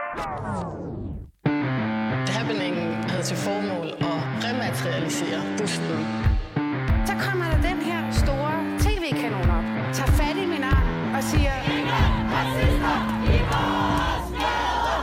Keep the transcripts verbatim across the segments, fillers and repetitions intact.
Happeningen havde til formål at rematerialisere busten. Så kommer der den her store tv-kanon op, tager fat i min arm og siger: Ingen racister i vores gader!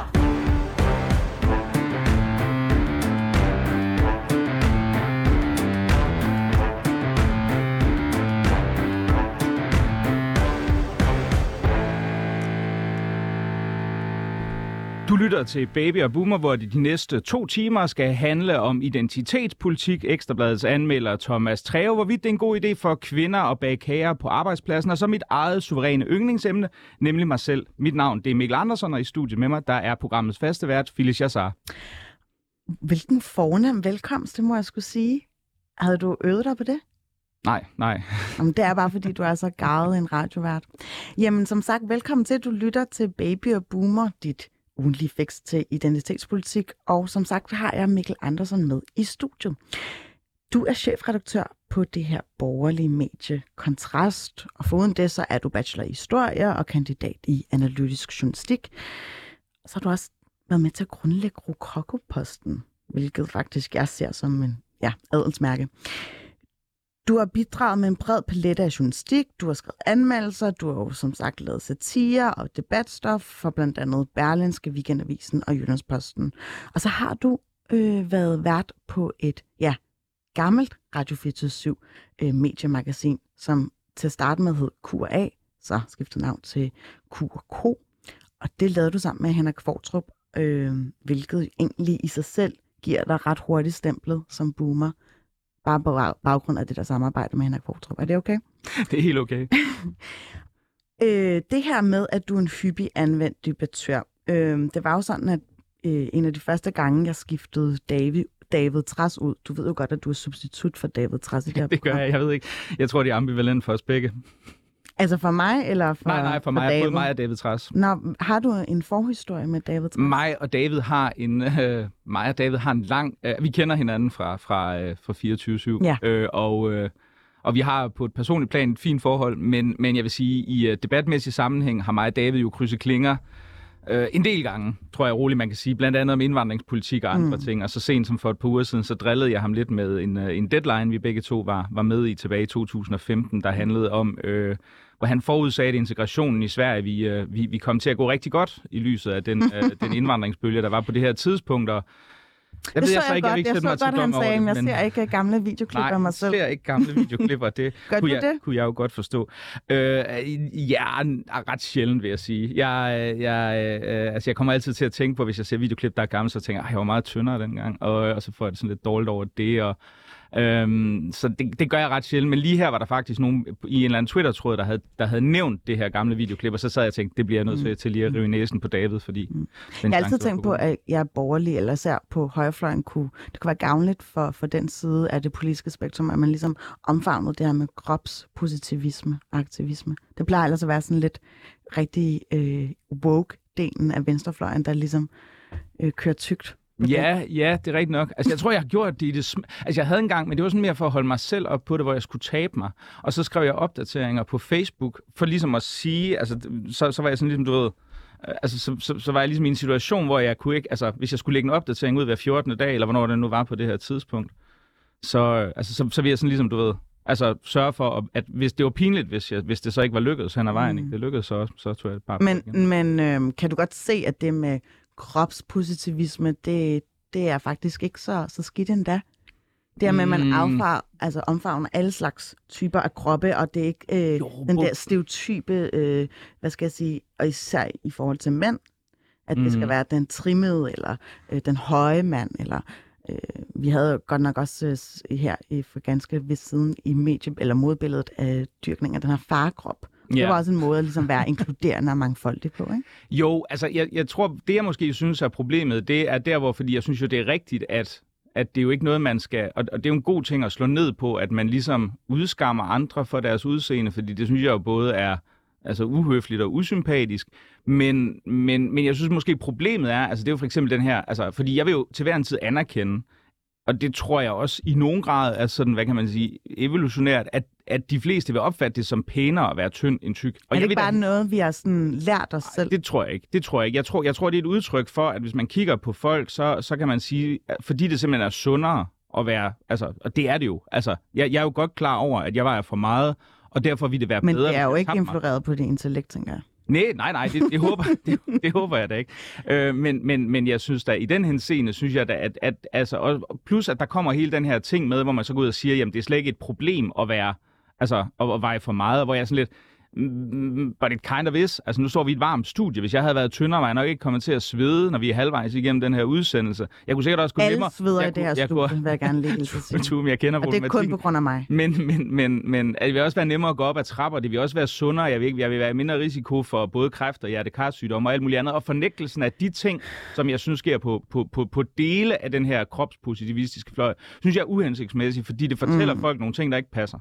Du lytter til Baby og Boomer, hvor de næste to timer skal handle om identitetspolitik. Ekstrabladets anmelder Thomas Treve, hvorvidt det er en god idé for kvinder at bage kager på arbejdspladsen, og så mit eget suveræne yndlingsemne, nemlig mig selv. Mit navn det er Mikkel Andersen, og i studiet med mig, der er programmets faste vært, Phyllis Jassar. Hvilken fornem velkomst, det må jeg skulle sige. Havde du øvet dig på det? Nej, nej. Jamen, det er bare, fordi du er så garvet en radiovært. Jamen, som sagt, velkommen til, at du lytter til Baby og Boomer, dit ugentlig fix til identitetspolitik. Og som sagt, har jeg Mikkel Andersen med i studiet. Du er chefredaktør på det her borgerlige medie Kontrast, og foruden det, så er du bachelor i historie og kandidat i analytisk journalistik. Så har du også været med til at grundlægge Rokoko-posten, hvilket faktisk jeg ser som en ja, adelsmærke. Du har bidraget med en bred palet af journalistik, du har skrevet anmeldelser, du har jo som sagt lavet satire og debatstof for blandt andet Berlingske, Weekendavisen og Jyllandsposten. Og så har du øh, været vært på et ja, gammelt Radio fireogtyve syv øh, mediemagasin, som til at starte med hed Q og A, så skiftede navn til Q og K. Og det lavede du sammen med Henrik Qvortrup, øh, hvilket egentlig i sig selv giver dig ret hurtigt stemplet som boomer. Bare på baggrund af det der samarbejde med Henrik Qvortrup. Er det okay? Det er helt okay. øh, det her med, at du er en hyppig anvendt debattør. Øh, det var jo sådan, at øh, en af de første gange, jeg skiftede David, David Trads ud. Du ved jo godt, at du er substitut for David Trads i det her Det gør program. jeg, jeg ved ikke. Jeg tror, det er ambivalent for os begge. Altså for mig, eller for Nej, nej, for, for mig. David? Både mig og David Trads. Nå, har du en forhistorie med David Trads? Mig og David har en, øh, mig og David har en lang... Øh, vi kender hinanden fra, fra, øh, fra fireogtyve syv. Ja. Øh, og, øh, og vi har på et personligt plan et fint forhold, men, men jeg vil sige, i uh, debatmæssig sammenhæng har mig og David jo krydset klinger øh, en del gange, tror jeg roligt, man kan sige. Blandt andet om indvandringspolitik og andre mm. ting. Og så sent som for et par uger siden, så drillede jeg ham lidt med en, uh, en deadline, vi begge to var, var med i tilbage i to tusind og femten, der handlede om... Øh, hvor han forudsagde, at integrationen i Sverige, vi, øh, vi, vi kom til at gå rigtig godt i lyset af den, øh, den indvandringsbølge, der var på det her tidspunkt. Og jeg det ved, så jeg, så jeg godt, jeg, jeg så godt, han sagde, men jeg ser ikke gamle videoklip af mig selv. Nej, jeg ser ikke gamle videoklipper, det, kunne, jeg, det? kunne jeg jo godt forstå. Øh, ja, ret sjældent vil jeg sige. Jeg, jeg, øh, altså, jeg kommer altid til at tænke på, hvis jeg ser videoklip, der er gamle, så tænker jeg, jeg var meget tyndere dengang, og, og så får jeg det sådan lidt dårligt over det, og Øhm, så det, det gør jeg ret sjældent, men lige her var der faktisk nogen i en eller anden Twitter-tråd, der havde, der havde nævnt det her gamle videoklip, og så sad jeg og tænkte, det bliver jeg nødt til, til lige at rive næsen på David, fordi... Mm. Jeg har altid tænkt på, at jeg er borgerlig, eller især på højrefløjen, kunne, det kunne være gavnligt for, for den side af det politiske spektrum, at man ligesom omfavnede det her med kropspositivisme og aktivisme. Det plejer ellers at være sådan lidt rigtig øh, woke-delen af venstrefløjen, der ligesom øh, kører tykt. Ja, ja, det er rigtigt nok. Altså, jeg tror, jeg har gjort det i det... Sm- altså, jeg havde engang, men det var sådan mere for at holde mig selv op på det, hvor jeg skulle tabe mig. Og så skrev jeg opdateringer på Facebook, for ligesom at sige... Altså, så, så var jeg sådan ligesom, du ved... Altså, så, så, så var jeg ligesom i en situation, hvor jeg kunne ikke... Altså, hvis jeg skulle lægge en opdatering ud hver fjortende dag, eller hvornår det nu var på det her tidspunkt, så, altså, så, så ville jeg sådan ligesom, du ved... Altså, sørge for, at hvis det var pinligt, hvis, jeg, hvis det så ikke var lykkedes hen ad vejen, mm. ikke? Det lykkedes så, så tog jeg det bare... Men, men øh, kan du godt se, at det med... kropspositivisme, det, det er faktisk ikke så, så skidt endda. Det er med, at man affar, altså omfavner alle slags typer af kroppe, og det er ikke øh, jo, den der stereotype, øh, hvad skal jeg sige, og især i forhold til mænd, at mm. det skal være den trimmede, eller øh, den høje mand, eller øh, vi havde godt nok også øh, her i, for ganske ved siden i medie- eller modbilledet af dyrkning af den her farkrop. Det var også en måde at ligesom være inkluderende og mangfoldig på, ikke? Jo, altså jeg, jeg tror, det jeg måske synes er problemet, det er der, hvor, fordi jeg synes jo, det er rigtigt, at, at det er jo ikke noget, man skal, og, og det er jo en god ting at slå ned på, at man ligesom udskammer andre for deres udseende, fordi det synes jeg jo både er altså uhøfligt og usympatisk, men, men, men jeg synes måske problemet er, altså det er jo for eksempel den her, altså fordi jeg vil jo til hver en tid anerkende, og det tror jeg også i nogen grad er sådan, hvad kan man sige, evolutionært, at, at de fleste vil opfatte det som pænere at være tynd end tyk. Og er det jeg ikke bare da, noget, vi har sådan lært os selv? Det tror jeg ikke. Det tror jeg ikke. Jeg tror, jeg tror, det er et udtryk for, at hvis man kigger på folk, så, så kan man sige, fordi det simpelthen er sundere at være, altså, og det er det jo. Altså, jeg, jeg er jo godt klar over, at jeg vejer for meget, og derfor vil det være Men bedre. Men det er jo ikke influeret på det intellekt, tænker jeg. Nej, nej, nej, det, det, håber, det, det håber jeg da ikke. Øh, men, men, men jeg synes da, i den henseende, synes jeg da, at, at altså, og plus at der kommer hele den her ting med, hvor man så går ud og siger, jamen det er slet ikke et problem at være, altså at, at veje for meget, hvor jeg er sådan lidt, but it kind of is. Altså nu står vi i et varmt studie. Hvis jeg havde været tyndere, var jeg nok ikke kommet til at svede, når vi er halvvejs igennem den her udsendelse. Jeg kunne sikkert også gå nemmere. Alle sveder i det her studie, kunne, vil jeg gerne lige til at sige. Jeg kender og det er kun på grund af mig. Men, men, men, men det vil også være nemmere at gå op ad trapper. Det vil også være sundere. Jeg vil, ikke, jeg vil være mindre risiko for både kræft og hjertekarsygdomme og alt muligt andet. Og fornægtelsen af de ting, som jeg synes sker på, på, på, på dele af den her kropspositivistiske fløj, synes jeg er uhensigtsmæssigt, fordi det fortæller mm. folk nogle ting, der ikke passer.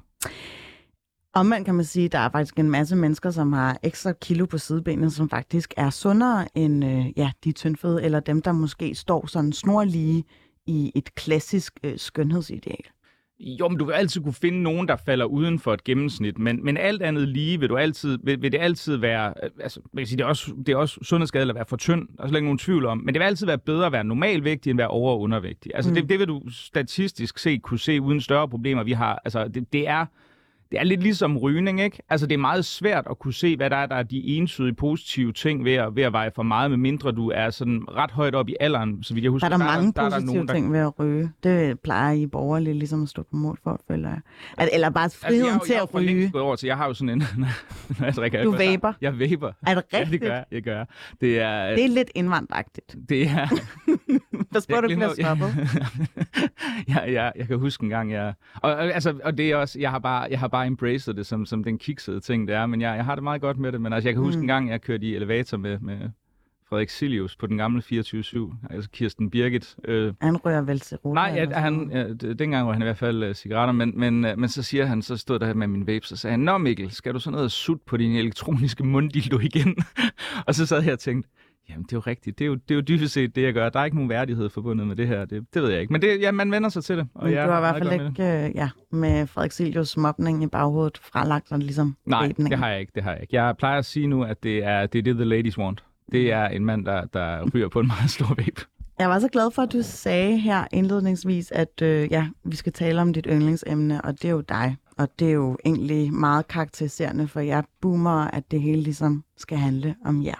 Omvendt kan man sige, at der er faktisk en masse mennesker, som har ekstra kilo på sidebenene, som faktisk er sundere end øh, ja, de tyndfede, eller dem, der måske står sådan snorlige i et klassisk øh, skønhedsideal. Jo, men du vil altid kunne finde nogen, der falder uden for et gennemsnit, men, men alt andet lige vil, du altid, vil, vil det altid være, altså man kan sige, det er også, det er også sundhedsskadeligt at være for tynd, der er slet ikke nogen tvivl om, men det vil altid være bedre at være normalvægtig, end at være over- og undervægtig. Altså mm. det, det vil du statistisk set kunne se uden større problemer, vi har. Altså det, det er... Det er lidt ligesom rygning, ikke? Altså, det er meget svært at kunne se, hvad der er, der er de entydige positive ting ved at, ved at veje for meget, med mindre du er sådan ret højt op i alderen, så vidt jeg husker. Der er der, der mange der, der positive er nogen, der... ting ved at ryge. Det plejer I borgerlige ligesom at stå på mål for, føler jeg. At, eller bare friheden altså, jeg, til jeg, at ryge. Jeg, over til, jeg har jo sådan en... når jeg drikker, du jeg, vaper? Jeg vaper. Er det rigtigt? Ja, det gør jeg. jeg gør. Det er, det er lidt indvandragtigt. Det er... Pas på, du bliver stoppet. jeg, jeg, jeg kan huske en gang, jeg... Og, og, altså, og det er også... Jeg har bare, jeg har bare embraced det som, som den kiksede ting, det er. Men jeg, jeg har det meget godt med det. Men altså, jeg kan huske mm. en gang, jeg kørte i elevator med... med Frederik Silius på den gamle fireogtyve syv, altså Kirsten Birgit. Øh. Han rører vel til ruller? Nej, ja, han, ja, dengang var han i hvert fald uh, cigaretter, men, men, uh, men så siger han, så stod der med min vape, så sagde han, nå Mikkel, skal du så ned og sutte på din elektroniske munddildo igen? Og så sad jeg og tænkte, jamen det er jo rigtigt, det er jo, det er jo dybest set det, jeg gør. Der er ikke nogen værdighed forbundet med det her, det, det ved jeg ikke. Men det, ja, man vender sig til det. Og men ja, du har i hvert fald ikke med, ja, med Frederik Silius mobning i baghovedet fralagt sådan ligesom Nej, væbning. det har jeg ikke, det har jeg ikke. Jeg plejer at sige nu, at det er det, er det the ladies want. Det er en mand, der, der ryger på en meget stor vape. Jeg var så glad for, at du sagde her indledningsvis, at øh, ja, vi skal tale om dit yndlingsemne, og det er jo dig. Og det er jo egentlig meget karakteriserende for jer boomere, at det hele ligesom skal handle om jer.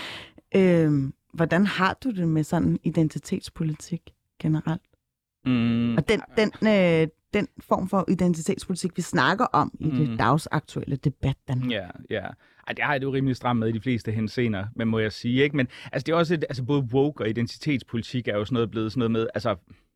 Øh, hvordan har du det med sådan identitetspolitik generelt? Mm. Og den, den, øh, den form for identitetspolitik, vi snakker om i mm. det dagsaktuelle debat. Ja, ja. Ej, det har jeg det jo rimelig stramt med i de fleste henseender, men må jeg sige, ikke? Men altså, det er også et, altså, både woke og identitetspolitik er jo sådan noget blevet sådan noget med, altså,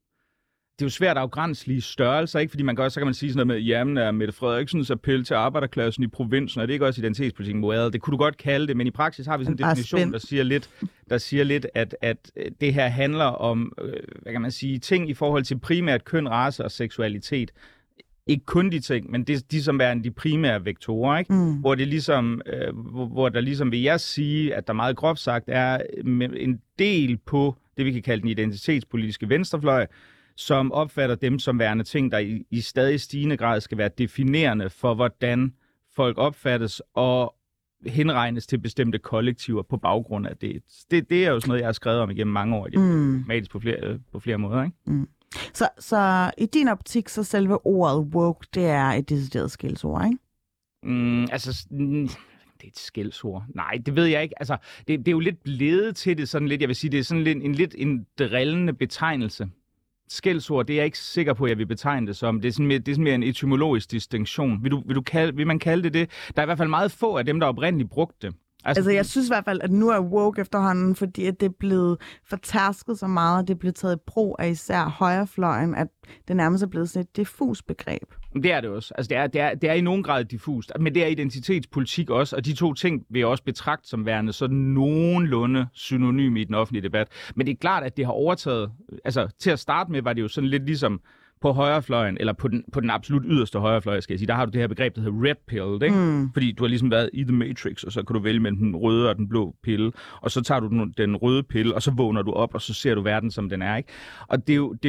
det er jo svært at afgrænselige størrelser, ikke? Fordi man kan også, så kan man sige sådan noget med, jamen er Mette Frederiksens appel til arbejderklassen i provinsen, og det er ikke også identitetspolitik? Well, det kunne du godt kalde det, men i praksis har vi sådan en definition, der siger lidt, der siger lidt at, at det her handler om, hvad kan man sige, ting i forhold til primært køn, race og seksualitet. Ikke kun de ting, men det, de som er de primære vektorer, ikke? Mm. Hvor, det ligesom, øh, hvor, hvor der ligesom vil jeg sige, at der meget groft sagt er en del på det, vi kan kalde den identitetspolitiske venstrefløj, som opfatter dem som værende ting, der i, i stadig stigende grad skal være definerende for, hvordan folk opfattes og henregnes til bestemte kollektiver på baggrund af det. Det, det er jo sådan noget, jeg har skrevet om igennem mange år, mm. på flere, på flere måder, ikke? Mm. Så, så i din optik, så selve ordet woke, det er et decideret skældsord, ikke? Mm, altså, mm, det er et skældsord. Nej, det ved jeg ikke. Altså, det, det er jo lidt blevet til det sådan lidt, jeg vil sige, det er sådan lidt en lidt en drillende betegnelse. Skældsord, det er jeg ikke sikker på, at jeg vil betegne det som. Det er sådan mere, det er sådan mere en etymologisk distinktion. Vil, du, vil, du kalde, vil man kalde det det? Der er i hvert fald meget få af dem, der oprindeligt brugte det. Altså, altså, jeg synes i hvert fald, at nu er woke efterhånden, fordi at det er blevet fortærsket så meget, og det er blevet taget i brug af især højrefløjen, at det nærmest er blevet sådan et diffus begreb. Det er det også. Altså, det er, det er, det er i nogen grad diffust, men det er identitetspolitik også, og de to ting vil jeg også betragte som værende sådan nogenlunde synonym i den offentlige debat. Men det er klart, at det har overtaget, altså til at starte med var det jo sådan lidt ligesom på højrefløjen, eller på den, på den absolut yderste højrefløj, skal jeg sige, der har du det her begreb, der hedder red pill, ikke? Mm. Fordi du har ligesom været i The Matrix, og så kan du vælge mellem den røde og den blå pille, og så tager du den, den røde pille, og så vågner du op, og så ser du verden, som den er, ikke? Og det er jo, det er jo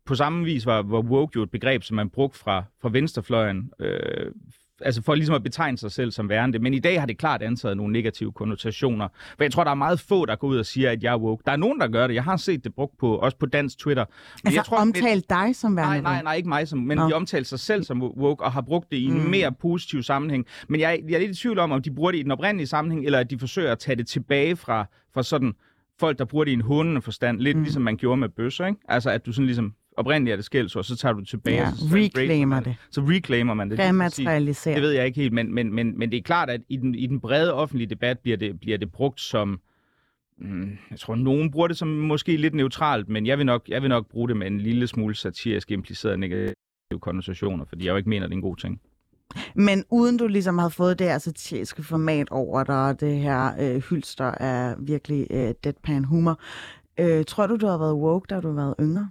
på samme vis var, var woke jo et begreb, som man brugte fra, fra venstrefløjen, øh, altså for ligesom at betegne sig selv som værende. Men i dag har det klart antaget nogle negative konnotationer. For jeg tror, der er meget få, der går ud og siger, at jeg er woke. Der er nogen, der gør det. Jeg har set det brugt på, også på dansk Twitter. Men altså jeg tror, omtale det... dig som værende? Nej, nej, nej, ikke mig, som, men Nå. de omtaler sig selv som woke og har brugt det i en mm. mere positiv sammenhæng. Men jeg, jeg er lidt i tvivl om, om de bruger det i den oprindelige sammenhæng, eller at de forsøger at tage det tilbage fra, fra sådan folk, der bruger det i en hundende forstand. Lidt mm. ligesom man gjorde med bøsser, ikke? Altså, at du sådan ligesom oprindeligt er det skældsord, så tager du tilbage. Ja, så reclaimer det. Så reclaimer man det. Rematerialiserer. Det ved jeg ikke helt, men, men, men, men det er klart, at i den, i den brede offentlige debat bliver det, bliver det brugt som, mm, jeg tror, nogen bruger det som måske lidt neutralt, men jeg vil nok, jeg vil nok bruge det med en lille smule satirisk impliceret negative konnotationer, fordi jeg jo ikke mener, det er en god ting. Men uden du ligesom havde fået det her satiriske format over dig, og det her øh, hylster af virkelig øh, deadpan humor, øh, tror du, du har været woke, da du har været yngre?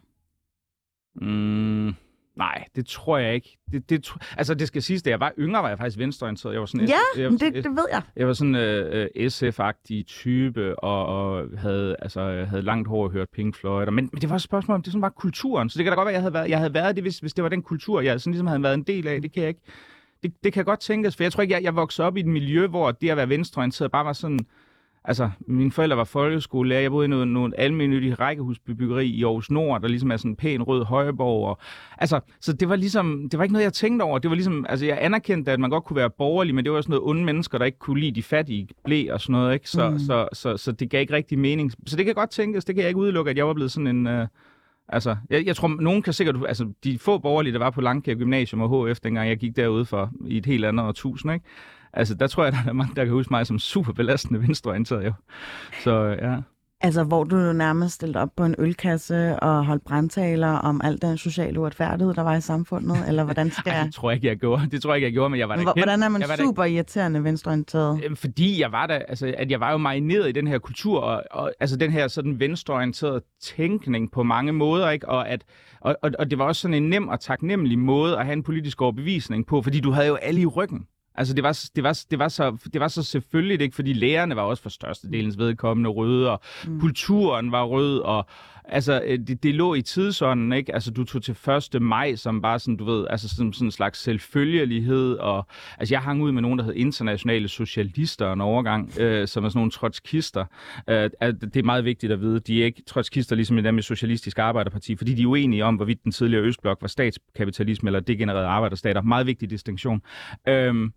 Mm, nej, det tror jeg ikke. Det, det tro... Altså, det skal siges, da jeg var yngre, var jeg faktisk venstreorienteret. Jeg var sådan, ja, jeg, jeg, det, det ved jeg. Jeg var sådan en uh, S F-agtig type, og, og havde, altså, havde langt hår og hørt Pink Floyd. Men, men det var et spørgsmål om, det sådan var kulturen. Så det kan da godt være, jeg havde været, jeg havde været det, hvis, hvis det var den kultur, jeg sådan ligesom havde været en del af. Det kan jeg ikke. Det, det kan godt tænkes, for jeg tror ikke, jeg, jeg voksede op i et miljø, hvor det at være venstreorienteret bare var sådan... Altså, mine forældre var folkeskolelærer. Jeg boede i noget, noget almennyttigt rækkehusbyggeri i Aarhus Nord, der ligesom er sådan en pæn rød højborg. Og, altså, så det var ligesom, det var ikke noget, jeg tænkte over. Det var ligesom, altså, jeg anerkendte, at man godt kunne være borgerlig, men det var sådan noget onde mennesker, der ikke kunne lide de fattige blæ og sådan noget, ikke? Så, mm. så, så, så, så det gav ikke rigtig mening. Så det kan godt tænkes, det kan jeg ikke udelukke, at jeg var blevet sådan en... Uh, altså, jeg, jeg tror, nogen kan sikkert... Altså, de få borgerlige, der var på Langkær Gymnasium og H F, dengang jeg gik derude for i et helt andet årtusind, ikke? Altså, der tror jeg, der er mange, der kan huske mig som super belastende venstreorienteret, jo. Så, ja. Altså, hvor du nærmest stillede op på en ølkasse og holdt brandtaler om al den sociale uretfærdighed, der var i samfundet, eller hvordan skal jeg... Det tror jeg ikke, jeg gjorde. Det tror jeg ikke, jeg gjorde, men jeg var da kendt. Hvordan er man super irriterende venstreorienteret? Fordi jeg var der, altså, at jeg var jo marineret i den her kultur, og, og altså den her sådan venstreorienterede tænkning på mange måder, ikke? Og, at, og, og, og det var også sådan en nem og taknemmelig måde at have en politisk overbevisning på, fordi du havde jo alle i ryggen. Altså, det var, det, var, det, var så, det var så selvfølgeligt ikke, fordi lærerne var også for størstedelens vedkommende røde, og mm. kulturen var rød, og altså, det, det lå i tidsånden, ikke? Altså, du tog til første maj, som bare sådan, du ved, altså sådan, sådan en slags selvfølgelighed, og altså, jeg hang ud med nogen, der hed internationale socialister en overgang, øh, som er sådan nogle trotskister. Øh, det er meget vigtigt at vide, de er ikke trotskister ligesom i dem med Socialistisk Arbejderparti, fordi de er uenige om, hvorvidt den tidligere Østblok var statskapitalisme eller degenererede arbejderstater. Meget vigtig distinktion. Øhm.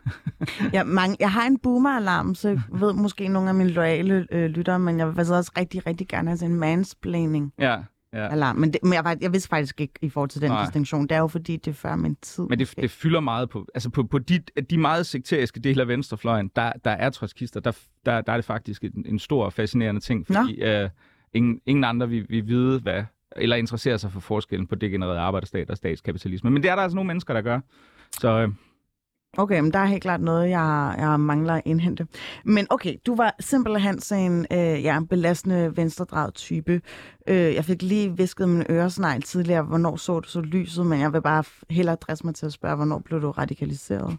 ja, mange, jeg har en boomer-alarm, så ved måske nogle af mine loyale øh, lyttere, men jeg vil også rigtig, rigtig gerne have sådan en mansplaining. Ja. Ja. Alarm. Men, det, men jeg, jeg vidste faktisk ikke i forhold til den Nej. distinktion. Det er jo fordi, det er før min tid. Men det, det fylder meget på, altså på, på de, de meget sekteriske dele af venstrefløjen, der, der er trotskister, der, der, der er det faktisk en, en stor og fascinerende ting, fordi øh, ingen, ingen andre vil, vil vide, hvad, eller interessere sig for forskellen på degenereret arbejderstat og statskapitalisme. Men det er der altså nogle mennesker, der gør. Så... Øh, Okay, men der er helt klart noget, jeg, jeg mangler at indhente. Men okay, du var simpelthen sådan en øh, ja, belastende venstredrejet type. Øh, jeg fik lige visket min øresnegl tidligere, hvornår så du så lyset, men jeg vil bare hellere adresse mig til at spørge, hvornår blev du radikaliseret?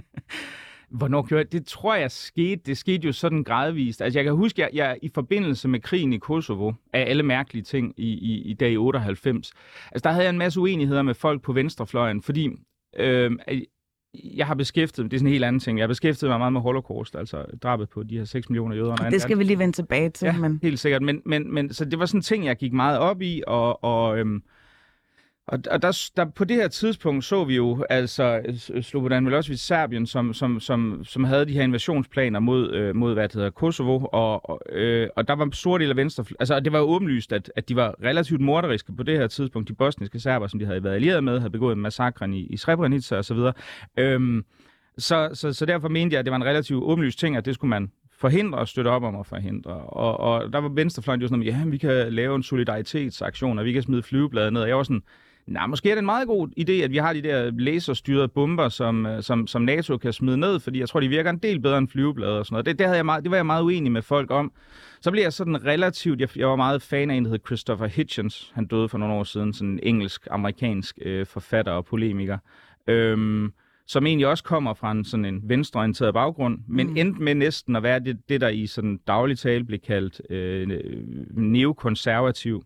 Hvornår gjorde jeg det? tror jeg skete. Det skete jo sådan gradvist. Altså jeg kan huske, at jeg, jeg i forbindelse med krigen i Kosovo, af alle mærkelige ting i, i, i dag otteoghalvfems, altså der havde jeg en masse uenigheder med folk på venstrefløjen, fordi... Øh, Jeg har beskæftiget, det er sådan en helt anden ting, jeg har beskæftiget mig meget med Holocaust, altså drabet på de her seks millioner jøder. Det skal vi lige vende tilbage til. Ja, men... helt sikkert. Men, men, men, så det var sådan en ting, jeg gik meget op i, og, og, øhm, og, og der, der, på det her tidspunkt så vi jo altså Slobodan Milosevic, Serbien, som, som, som, som havde de her invasionsplaner mod, øh, mod hvad det hedder, Kosovo, og, og, øh, og der var en stor del af venstre, altså det var jo åbenlyst, at, at de var relativt morderiske på det her tidspunkt, de bosniske serber, som de havde været allieret med, havde begået massakren i, i Srebrenica osv. Øhm, så, så, så derfor mente jeg, at det var en relativt åbenlyst ting, at det skulle man forhindre og støtte op om at forhindre. Og, og der var venstrefløjen jo sådan, ja, vi kan lave en solidaritetsaktion, og vi kan smide flyvebladet ned, og jeg var sådan, nej, måske er det en meget god idé, at vi har de der laserstyrede bomber, som, som, som NATO kan smide ned, fordi jeg tror, de virker en del bedre end flyveblader og sådan noget. Det, det, havde jeg meget, det var jeg meget uenig med folk om. Så blev jeg sådan relativt, jeg, jeg var meget fan af en, der hed Christopher Hitchens. Han døde for nogle år siden, sådan en engelsk-amerikansk øh, forfatter og polemiker, øhm, som egentlig også kommer fra en sådan en venstreorienteret baggrund, men mm. endte med næsten at være det, det der i sådan daglig tale blev kaldt øh, neokonservativ.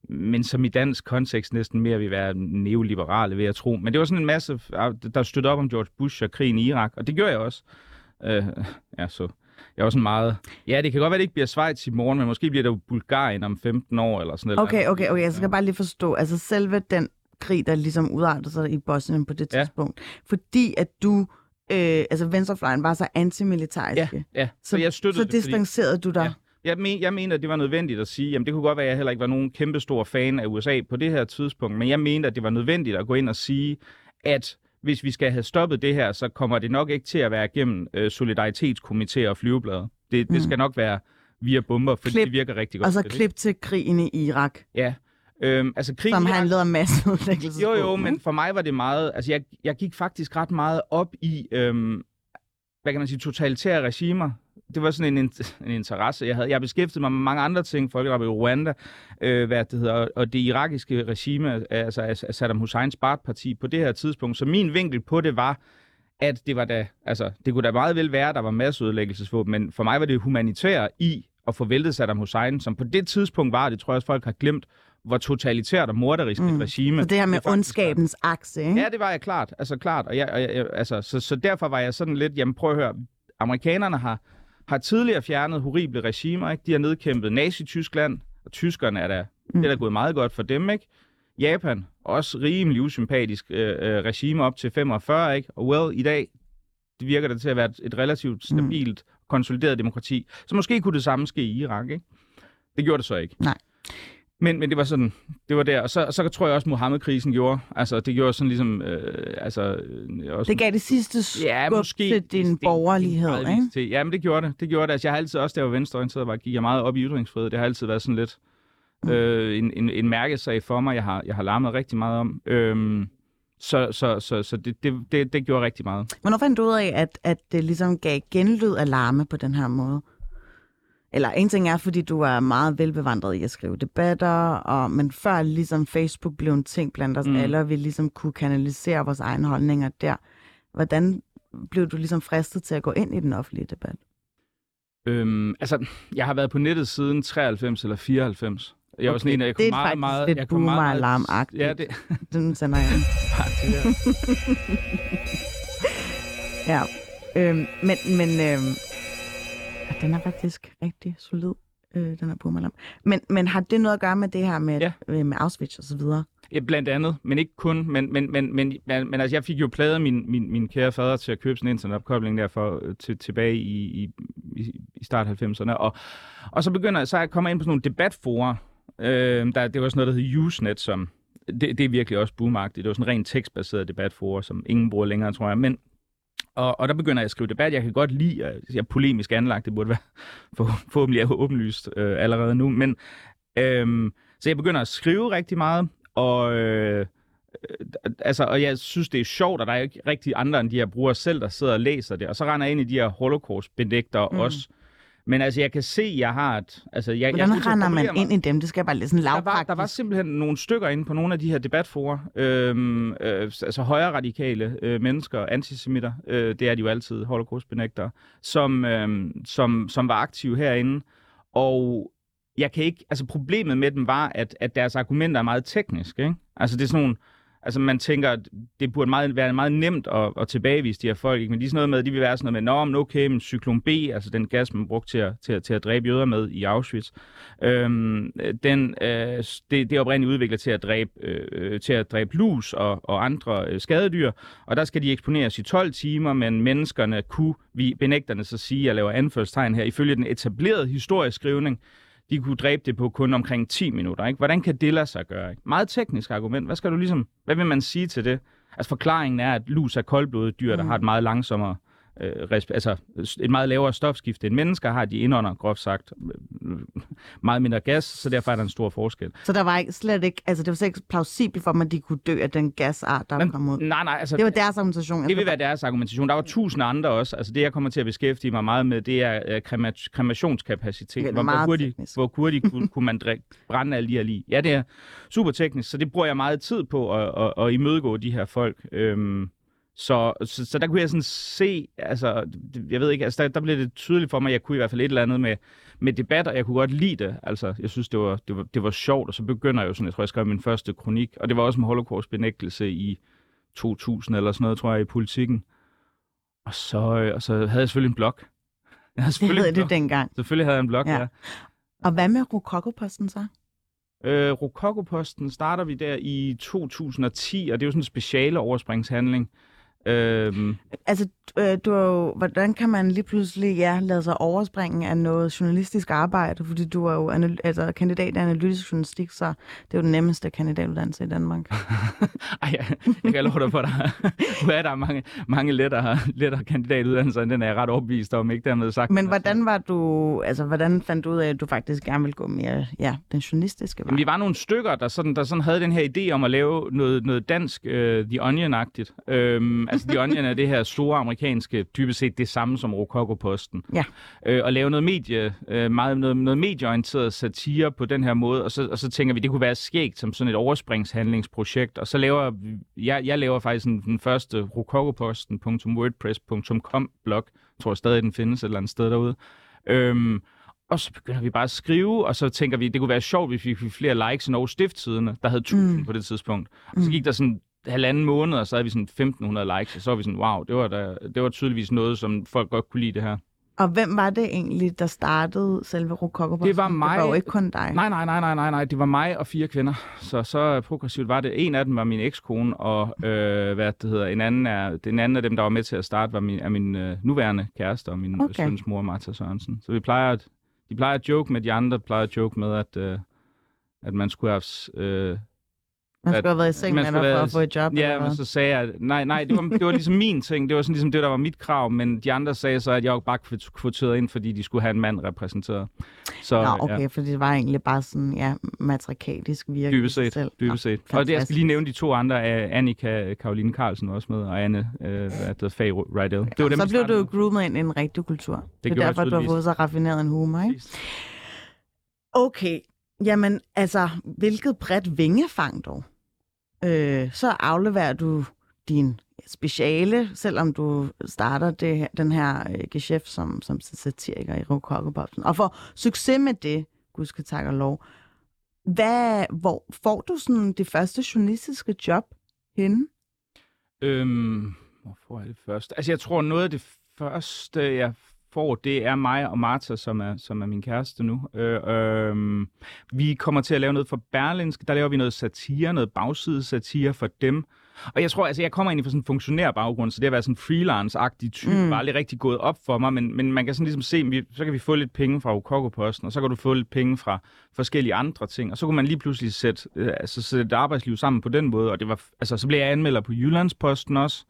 men som i dansk kontekst næsten mere vil være neoliberale, vil jeg tro. Men det var sådan en masse, der støttede op om George Bush og krigen i Irak, og det gjorde jeg også. Øh, ja, så jeg var sådan meget... Ja, det kan godt være, det ikke bliver Schweiz i morgen, men måske bliver det jo Bulgarien om femten år, eller sådan noget. Okay, okay, okay, jeg skal bare lige forstå, altså selve den krig, der ligesom udartede sig i Bosnien på det tidspunkt, ja. Fordi at du... Øh, altså venstrefløjen var så antimilitariske. Ja, ja. Så, så, jeg støttede så distancerede det, fordi... du dig? Ja. Jeg, men, jeg mener, at det var nødvendigt at sige, jamen det kunne godt være, at jeg heller ikke var nogen kæmpestor fan af U S A på det her tidspunkt, men jeg mente, at det var nødvendigt at gå ind og sige, at hvis vi skal have stoppet det her, så kommer det nok ikke til at være gennem øh, solidaritetskomitéer og flyveblade. Det, mm. det skal nok være via bomber, for det virker rigtig godt. Og så klip til krigen i Irak. Ja. Øhm, altså krigen Som handlede om masseudlæggelse. Jo, jo, men for mig var det meget... Altså, jeg, jeg gik faktisk ret meget op i, øhm, hvad kan man sige, totalitære regimer. Det var sådan en, en interesse, jeg havde. Jeg beskæftigede mig med mange andre ting, folkedrab i Rwanda, øh, hvad det hedder, og det irakiske regime, altså af Saddam Husseins Baath-parti på det her tidspunkt. Så min vinkel på det var, at det var da... Altså, det kunne da meget vel være, at der var masseudlæggelsesvåben, men for mig var det humanitære i at få væltet Saddam Hussein, som på det tidspunkt var, det tror jeg også folk har glemt, hvor totalitært og morderisk mm. et regime. Så det her med det ondskabens akse, ikke? Ja, det var jeg klart. Altså klart. Og jeg, og jeg, altså, så, så derfor var jeg sådan lidt, jamen prøv at høre, amerikanerne har, har tidligere fjernet horrible regimer, ikke? De har nedkæmpet Nazi-Tyskland, og tyskerne er der, mm. det er der gået meget godt for dem, ikke? Japan, også rimelig usympatisk øh, øh, regime op til femogfyrre, ikke? Og well, i dag, det virker det til at være et, et relativt stabilt, mm. konsolideret demokrati. Så måske kunne det samme ske i Irak, ikke? Det gjorde det så ikke. Nej. Men, men det var sådan, det var der. Og så, så tror jeg også, Mohammed-krisen gjorde. Altså, det gjorde sådan ligesom... Øh, altså, også, det gav det sidste skub ja, måske, til din det, borgerlighed, ikke? Til, ja, men det gjorde det. Det gjorde det. Altså, jeg har altid, også da jeg var venstreorienteret, var, gik jeg meget op i ytringsfrihed. Det har altid været sådan lidt mm. øh, en, en, en mærkesag for mig. Jeg har, jeg har larmet rigtig meget om. Øhm, så så, så, så det, det, det, det gjorde rigtig meget. Hvornår fandt du ud af, at, at det ligesom gav genlyd af larme på den her måde? Eller en ting er, fordi du er meget velbevandret i at skrive debatter, og, men før ligesom Facebook blev en ting blandt os mm. alle, og vi ligesom kunne kanalisere vores egne holdninger der. Hvordan blev du ligesom fristet til at gå ind i den offentlige debat? Øhm, altså, jeg har været på nettet siden treoghalvfems eller fireoghalvfems. Jeg var okay. sådan en, jeg kom det er meget, faktisk meget, lidt jeg kom meget, boomer-alarm-agtigt. Ja, det... Den sender jeg. ja, øhm, men... men øhm, den er faktisk rigtig solid, øh, den her boomer-alarm. Men, men har det noget at gøre med det her med, ja. øh, med Auschwitz og så videre? Ja, blandt andet, men ikke kun. Men, men, men, men, men, men altså, jeg fik jo pladet min, min, min kære fader til at købe sådan en internetopkobling der for, til, tilbage i, i, i start halvfemserne. Og, og så begynder jeg, så jeg kommer ind på sådan nogle debatforer. Øh, der, det var sådan noget, der hed Usenet, som det, det er virkelig også boomagtigt. Det var sådan en rent tekstbaseret debatforer, som ingen bruger længere, tror jeg. Men Og, og der begynder jeg at skrive debat. Jeg kan godt lide, at jeg er polemisk anlagt. Det burde være for, forhåbentlig åbenlyst øh, allerede nu. Men, øh, så jeg begynder at skrive rigtig meget. Og, øh, altså, og jeg synes, det er sjovt, at der er ikke rigtig andre end de her brugere selv, der sidder og læser det. Og så render jeg ind i de her holocaust-benægtere mm. også. Men altså, jeg kan se, at jeg har et... Altså, jeg, Hvordan jeg render man ind i dem? Det skal jeg bare lidt sådan lavpraktisk. Der var, der var simpelthen nogle stykker inde på nogle af de her debatforer. Øhm, øh, altså højre radikale øh, mennesker, antisemitter, øh, det er de jo altid, holocaust-benægtere, som, øh, som, som var aktive herinde. Og jeg kan ikke... Altså, problemet med dem var, at, at deres argumenter er meget tekniske, ikke? Altså, det er sådan nogle... Altså, man tænker, at det burde meget, være meget nemt at, at tilbagevise de her folk, ikke? Men de er sådan noget med, de vil være sådan noget med, nå, men okay, men cyklon B, altså den gas, man brugte til at, til, at, til at dræbe jøder med i Auschwitz, øhm, den, øh, det, det er oprindeligt udviklet til at dræbe, øh, til at dræbe lus og, og andre øh, skadedyr, og der skal de eksponeres i tolv timer, men menneskerne kunne, vi benægterne så sige, jeg laver anførselstegn her, ifølge den etablerede historieskrivning, de kunne dræbe det på kun omkring ti minutter. Ikke? Hvordan kan det lade sig gøre? Ikke? Meget teknisk argument. Hvad skal du ligesom, hvad vil man sige til det? Altså forklaringen er, at lus er koldblodet dyr, der mm. har et meget langsommere, øh, resp- altså et meget lavere stofskifte end mennesker, har de indånder, groft sagt, meget mindre gas, så derfor er der en stor forskel. Så der var ikke, slet ikke, altså det var slet ikke plausibelt for dem, at de kunne dø af den gasart, der kom ud? Nej, nej. Altså, det var deres argumentation? Det vil være deres argumentation. Der var tusind andre også. Altså det, jeg kommer til at beskæftige mig meget med, det er uh, krema- kremationskapacitet. Okay, hvor, hurtigt, hvor hurtigt kunne, kunne man drikke, brænde alle de her lig. Ja, det er super teknisk, så det bruger jeg meget tid på at, at, at imødegå de her folk. Øhm, Så, så, så der kunne jeg sådan se, altså, jeg ved ikke, altså der, der blev det tydeligt for mig, at jeg kunne i hvert fald et eller andet med, med debat, og jeg kunne godt lide det. Altså, jeg synes, det var, det var, det var sjovt, og så begynder jeg jo sådan, jeg tror, jeg skrev min første kronik, og det var også med holocaust-benægtelse i to tusind eller sådan noget, tror jeg, i Politikken. Og så, og så havde jeg selvfølgelig en blog. Jeg havde selvfølgelig det en havde blog. det dengang. Selvfølgelig havde jeg en blog, ja. ja. Og hvad med Rokokoposten så? Øh, Rokokoposten starter vi der i to tusind og ti, og det er jo sådan en speciale overspringshandling. Øhm. Altså, øh, du er jo, hvordan kan man lige pludselig ja, lade sig overspringe af noget journalistisk arbejde? Fordi du er jo anal- altså, kandidat i analytisk journalistik, så det er jo den nemmeste kandidatuddannelse i Danmark. Ej, jeg, jeg kan love dig for, at der, der er mange, mange lettere, lettere kandidatuddannelser, end den er jeg ret opvist om, ikke dermed sagt. Men hvordan var du, altså, hvordan fandt du ud af, at du faktisk gerne ville gå mere, ja, den journalistiske vej? Jamen, vi var nogle stykker, der sådan, der sådan havde den her idé om at lave noget, noget dansk uh, The Onion-agtigt. Øhm, altså, The Onion er det her store amerikanske, dybest set det samme som Rokokoposten. Ja. Øh, og lave noget, medie, øh, meget, noget, noget medieorienteret satire på den her måde, og så, og så tænker vi, det kunne være skægt som sådan et overspringshandlingsprojekt, og så laver jeg, jeg laver faktisk den, den første rokokoposten punktum wordpress punktum com blog, jeg tror stadig, den findes et eller andet sted derude. Øhm, og så begynder vi bare at skrive, og så tænker vi, det kunne være sjovt, hvis vi fik flere likes end over Stiftstidende, der havde tusind mm. på det tidspunkt. Og så gik der sådan halvanden måned, og så havde vi sådan femten hundrede likes, og så var vi sådan, wow, det var, da, det var tydeligvis noget, som folk godt kunne lide det her. Og hvem var det egentlig, der startede selve Rokokoposten? Det var mig. Det var jo ikke kun dig. Nej, nej, nej, nej, nej, nej. Det var mig og fire kvinder. Så så progressivt var det. En af dem var min ekskone, og øh, hvad det hedder, en anden er, den anden af dem, der var med til at starte, var min, er min øh, nuværende kæreste og min okay. søns mor, Martha Sørensen. Så vi plejer at, de plejer at joke med de andre, plejer at joke med, at, øh, at man skulle have... Øh, Man skulle have været i seng med dig for at få et job? Ja, men så sagde jeg, nej, nej, det var, det var ligesom min ting. Det var sådan ligesom det, der var mit krav, men de andre sagde så, at jeg jo bare kvoterede ind, fordi de skulle have en mand repræsenteret. Så, Nå, okay, ja. for det var egentlig bare sådan, ja, matrikatisk virke. Dybest set, selv. dybest set. Nå, og det, jeg skal lige nævne de to andre, er Annika Caroline Carlsen også med, og Anne øh, Faye Rydell. Det var dem, så blev du jo groomet ind i en rigtig kultur. Det, det er derfor, du har fået så raffineret en humor, ikke? Okay, jamen altså, hvilket bredt vingefang dog? Øh, så afleverer du din speciale, selvom du starter det, den her øh, geschæft som, som satiriker i Rokokoposten. Og får succes med det, gud skal takke og lov. Hvad, hvor får du sådan det første journalistiske job henne? Øhm, hvor får jeg det første? Altså jeg tror noget af det første, jeg får, det er mig og Martha, som er, som er min kæreste nu. Øh, øh, vi kommer til at lave noget for Berlingske. Der laver vi noget satire, noget bagsidesatire for dem. Og jeg tror, altså jeg kommer egentlig fra sådan en funktionær baggrund, så det at være sådan en freelance-agtig type mm. var aldrig rigtig gået op for mig, men, men man kan sådan ligesom se, vi, så kan vi få lidt penge fra Rokokoposten, og så kan du få lidt penge fra forskellige andre ting, og så kunne man lige pludselig sætte, øh, altså, sætte et arbejdsliv sammen på den måde, og det var, altså, så blev jeg anmelder på Jyllandsposten også.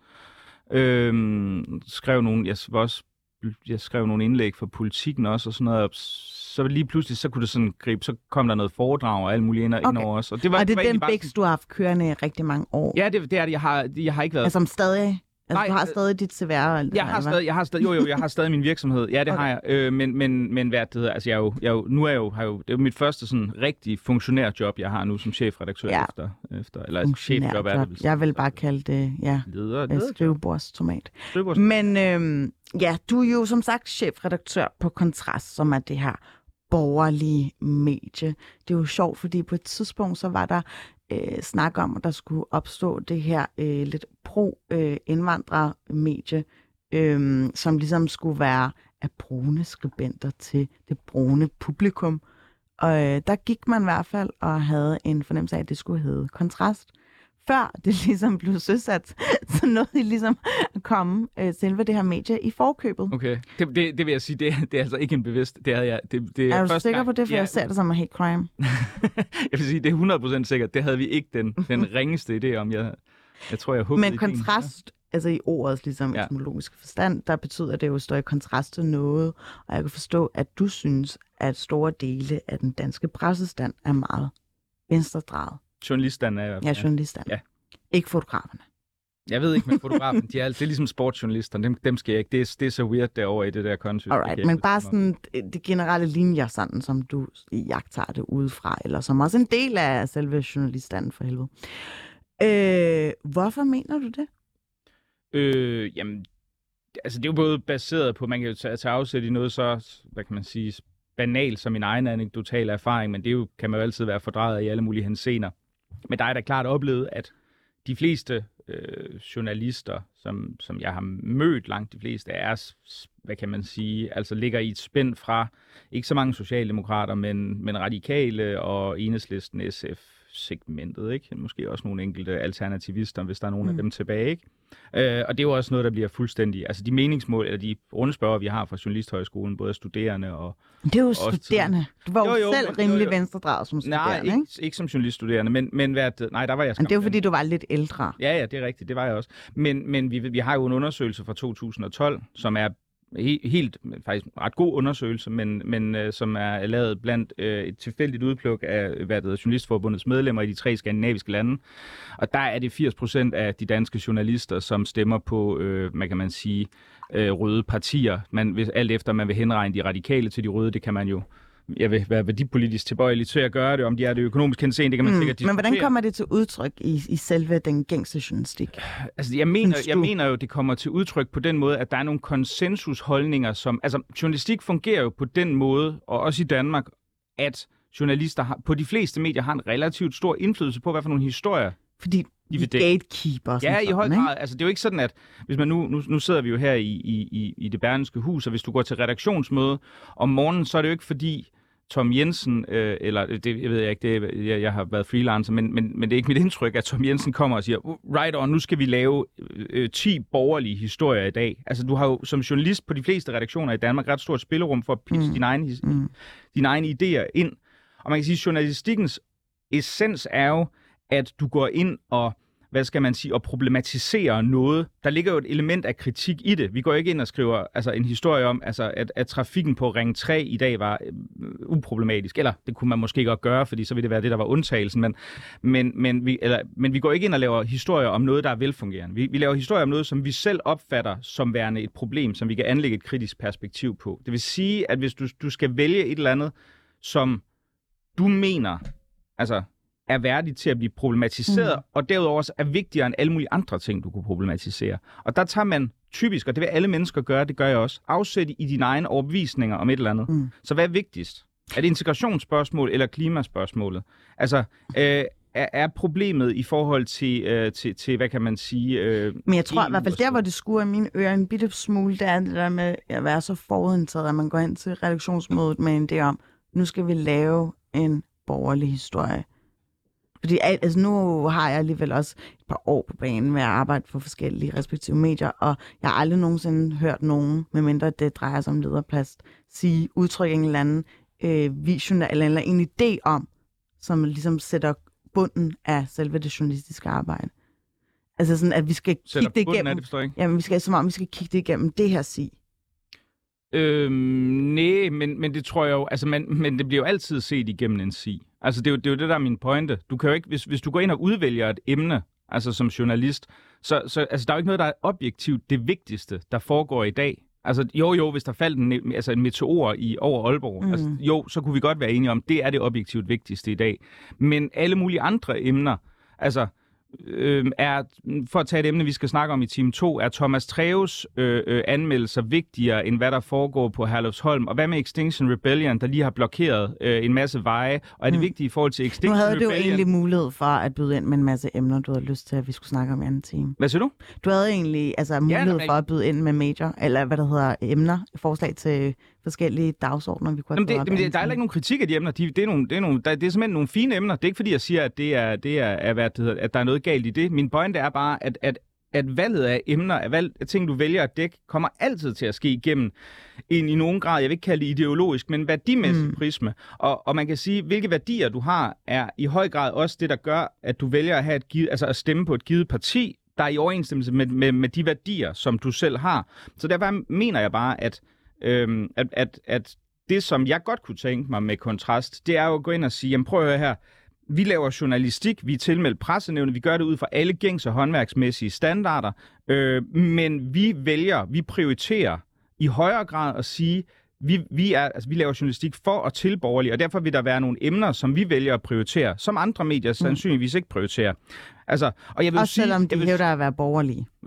Øh, skrev nogle, jeg var også jeg skrev nogle indlæg for Politikken også, og sådan noget, så lige pludselig, så kunne det sådan gribe, så kom der noget foredrag og alt muligt ind, okay. ind over os. Og det, var, og det er det den bæks, du har haft kørende i rigtig mange år? Ja, det, det er det. Jeg har, jeg har ikke været... Altså om stadig... Altså, Nej, du har stadig dit C V R og alt det jeg der, har stadig, jeg har stadig, jo, jo, jeg har stadig min virksomhed. Ja, det okay. har jeg. Øh, men, men, men hvad det hedder, altså jeg er jo, jeg er jo, nu er jeg jo, har jo, det er jo mit første sådan rigtig funktionærjob, jeg har nu som chefredaktør ja. efter, efter, eller chefjob er det. Vil jeg vil bare kalde det, ja, leder, leder skrivebordstomat. Men øhm, ja, du er jo som sagt chefredaktør på Kontrast, som er det her borgerlige medie. Det er jo sjovt, fordi på et tidspunkt, så var der øh, snak om, at der skulle opstå det her øh, lidt pro-indvandrermedie, øh, som ligesom skulle være af brune skribenter til det brune publikum. Og øh, der gik man i hvert fald og havde en fornemmelse af, at det skulle hedde Kontrast. Før det ligesom blev søsat, så nåede I ligesom at komme øh, selve det her medie i forkøbet. Okay, det, det, det vil jeg sige, det, det er altså ikke en bevidst. Det havde jeg, det, det er du sikker gang, på det, for ja. jeg ser det som en hate crime? Jeg vil sige, det er hundrede procent sikkert. Det havde vi ikke den, den ringeste idé om. Jeg, jeg tror, jeg Men kontrast, altså i ordets ligesom ja. etymologiske forstand, der betyder det jo at stå i kontrast til noget. Og jeg kan forstå, at du synes, at store dele af den danske pressestand er meget venstredrejet. Journalisterne er i hvert fald. Ja, journalisterne. Ja. Ikke fotograferne. Jeg ved ikke med fotografen. De er, det er ligesom sportsjournalisterne. Dem, dem skal jeg ikke. Det er, det er så weird derovre i det der country. Alright, men bare sådan de generelle linjer, sådan som du jagter det udefra, eller som også en del af selve journaliststanden for helvede. Øh, hvorfor mener du det? Øh, jamen, altså det er jo både baseret på, man kan jo tage, tage afsæt i noget så, hvad kan man sige, banalt som min egen anekdotal erfaring, men det jo, kan man jo altid være fordrejet i alle mulige henseender. Men der er da klart oplevet, at de fleste øh, journalister, som, som jeg har mødt, langt de fleste, er, hvad kan man sige, altså ligger i et spænd fra, ikke så mange socialdemokrater, men, men radikale og Enhedslisten, S F-segmentet, ikke? Måske også nogle enkelte alternativister, hvis der er nogen mm. af dem tilbage, ikke? Øh, og det er jo også noget, der bliver fuldstændig, altså de meningsmål, eller de rundspørger, vi har fra Journalisthøjskolen, både studerende og... Det er jo studerende. Du var jo, jo, jo selv men, rimelig jo, jo. venstredraget som studerende, nej, ikke? Nej, ikke som journaliststuderende, men, men hvad, nej, der var jeg skam. Men det er jo fordi, du var lidt ældre. Ja, ja, det er rigtigt, det var jeg også. Men, men vi, vi har jo en undersøgelse fra to tusind og tolv, som er he, helt, faktisk en ret god undersøgelse, men, men uh, som er lavet blandt uh, et tilfældigt udpluk af hvad det hedder, Journalistforbundets medlemmer i de tre skandinaviske lande. Og der er det firs procent af de danske journalister, som stemmer på, uh, man kan man sige, uh, røde partier. Man, hvis, alt efter man vil henregne de radikale til de røde, det kan man jo jeg vil være værdipolitisk tilbøjelig til at gøre det, om de er det økonomisk henseende, det kan man mm, sikkert diskutere. Men hvordan kommer det til udtryk i, i selve den gængse journalistik? Altså, jeg mener, jeg mener jo, det kommer til udtryk på den måde, at der er nogle konsensusholdninger, som... Altså, journalistik fungerer jo på den måde, og også i Danmark, at journalister har, på de fleste medier har en relativt stor indflydelse på, hvad for nogle historier... Fordi de er gatekeeper. Ja, i høj grad. Altså, det er jo ikke sådan, at hvis man nu, nu, nu sidder vi jo her i, i, i det Berlingske Hus, og hvis du går til redaktionsmøde om morgenen, så er det jo ikke fordi Tom Jensen, øh, eller det jeg ved jeg ikke, det, jeg, jeg har været freelancer, men, men, men det er ikke mit indtryk, at Tom Jensen kommer og siger, right on, nu skal vi lave øh, ti borgerlige historier i dag. Altså, du har jo som journalist på de fleste redaktioner i Danmark ret stort spillerum for at pitche mm. dine, egne, mm. dine egne idéer ind. Og man kan sige, at journalistikkens essens er jo, at du går ind og, hvad skal man sige, og problematiserer noget. Der ligger jo et element af kritik i det. Vi går ikke ind og skriver altså, en historie om, altså, at, at trafikken på Ring tre i dag var øh, uproblematisk. Eller det kunne man måske godt gøre, fordi så ville det være det, der var undtagelsen. Men, men, men, vi, eller, men vi går ikke ind og laver historier om noget, der er velfungerende. Vi, vi laver historier om noget, som vi selv opfatter som værende et problem, som vi kan anlægge et kritisk perspektiv på. Det vil sige, at hvis du, du skal vælge et eller andet, som du mener, altså... er værdigt til at blive problematiseret, mm. og derudover er vigtigere end alle mulige andre ting, du kunne problematisere. Og der tager man typisk, og det vil alle mennesker gøre, det gør jeg også, afsætte i dine egne overbevisninger om et eller andet. Mm. Så hvad er vigtigst? Er det integrationsspørgsmål eller klimaspørgsmålet? Altså, øh, er, er problemet i forhold til, øh, til, til, hvad kan man sige... Øh, Men jeg tror i hvert fald, der hvor det skuer i mine ører en bitte smule, det er det der med at være så forudindtaget, at man går ind til redaktionsmødet med en idé om, nu skal vi lave en borgerlig historie. Fordi altså, nu har jeg alligevel også et par år på banen med at arbejde for forskellige respektive medier, og jeg har aldrig nogensinde hørt nogen, medmindre det drejer sig om lederplads, sige, udtrykke en eller anden øh, vision eller, eller en idé om, som ligesom sætter bunden af selve det journalistiske arbejde. Altså sådan, at vi skal sætter kigge det igennem. Det, forstår jeg ikke. Jamen, vi skal, som om vi skal kigge det igennem det her sig. Øhm, nej, men, men det tror jeg jo, altså, man, men det bliver jo altid set igennem en sig. Altså, det er, jo, det er jo det, der er min pointe. Du kan jo ikke, hvis, hvis du går ind og udvælger et emne, altså som journalist, så, så altså, der er jo ikke noget, der er objektivt det vigtigste, der foregår i dag. Altså, jo, jo, hvis der faldt en, altså, en meteor i over Aalborg, mm. altså, jo, så kunne vi godt være enige om, det er det objektivt vigtigste i dag. Men alle mulige andre emner, altså... Øh, er, for at tage et emne, vi skal snakke om i time to, er Thomas Treves øh, øh, anmeldelser vigtigere, end hvad der foregår på Herlufsholm? Og hvad med Extinction Rebellion, der lige har blokeret øh, en masse veje? Og er det mm. vigtigt i forhold til Extinction Rebellion? Nu havde Rebellion? Du jo egentlig mulighed for at byde ind med en masse emner, du havde lyst til, at vi skulle snakke om i anden time. Hvad siger du? Du havde egentlig altså, mulighed ja, for at byde ind med major, eller hvad der hedder, emner, forslag til forskellige dagsordner, vi kunne have det, det, det, Der er heller ikke nogen kritik af de emner. De, det, er nogle, det, er nogle, der, det er simpelthen nogle fine emner. Det er ikke fordi, jeg siger, at, det er, det er, er, hvad det hedder, at der er noget galt i det. Min pointe er bare, at, at, at valget af emner, af, valg, af ting, du vælger at dække, kommer altid til at ske igennem en i nogen grad, jeg vil ikke kalde det ideologisk, men værdimæssig mm. prisme. Og, og man kan sige, hvilke værdier du har, er i høj grad også det, der gør, at du vælger at, have et givet, altså at stemme på et givet parti, der er i overensstemmelse med, med, med de værdier, som du selv har. Så derfor mener jeg bare, at, øhm, at, at, at det, som jeg godt kunne tænke mig med kontrast, det er jo at gå ind og sige, jamen prøv at høre her, vi laver journalistik, vi er tilmeldt pressenævnet, vi gør det ud fra alle gængse håndværksmæssige standarder, øh, men vi vælger, vi prioriterer i højere grad at sige, vi, vi, er, altså, vi laver journalistik for og til borgerlige, og derfor vil der være nogle emner, som vi vælger at prioritere, som andre medier sandsynligvis ikke prioriterer. Altså, og jeg vil også sige, selvom de vil... hævder at være borgerlige. Hvad siger du?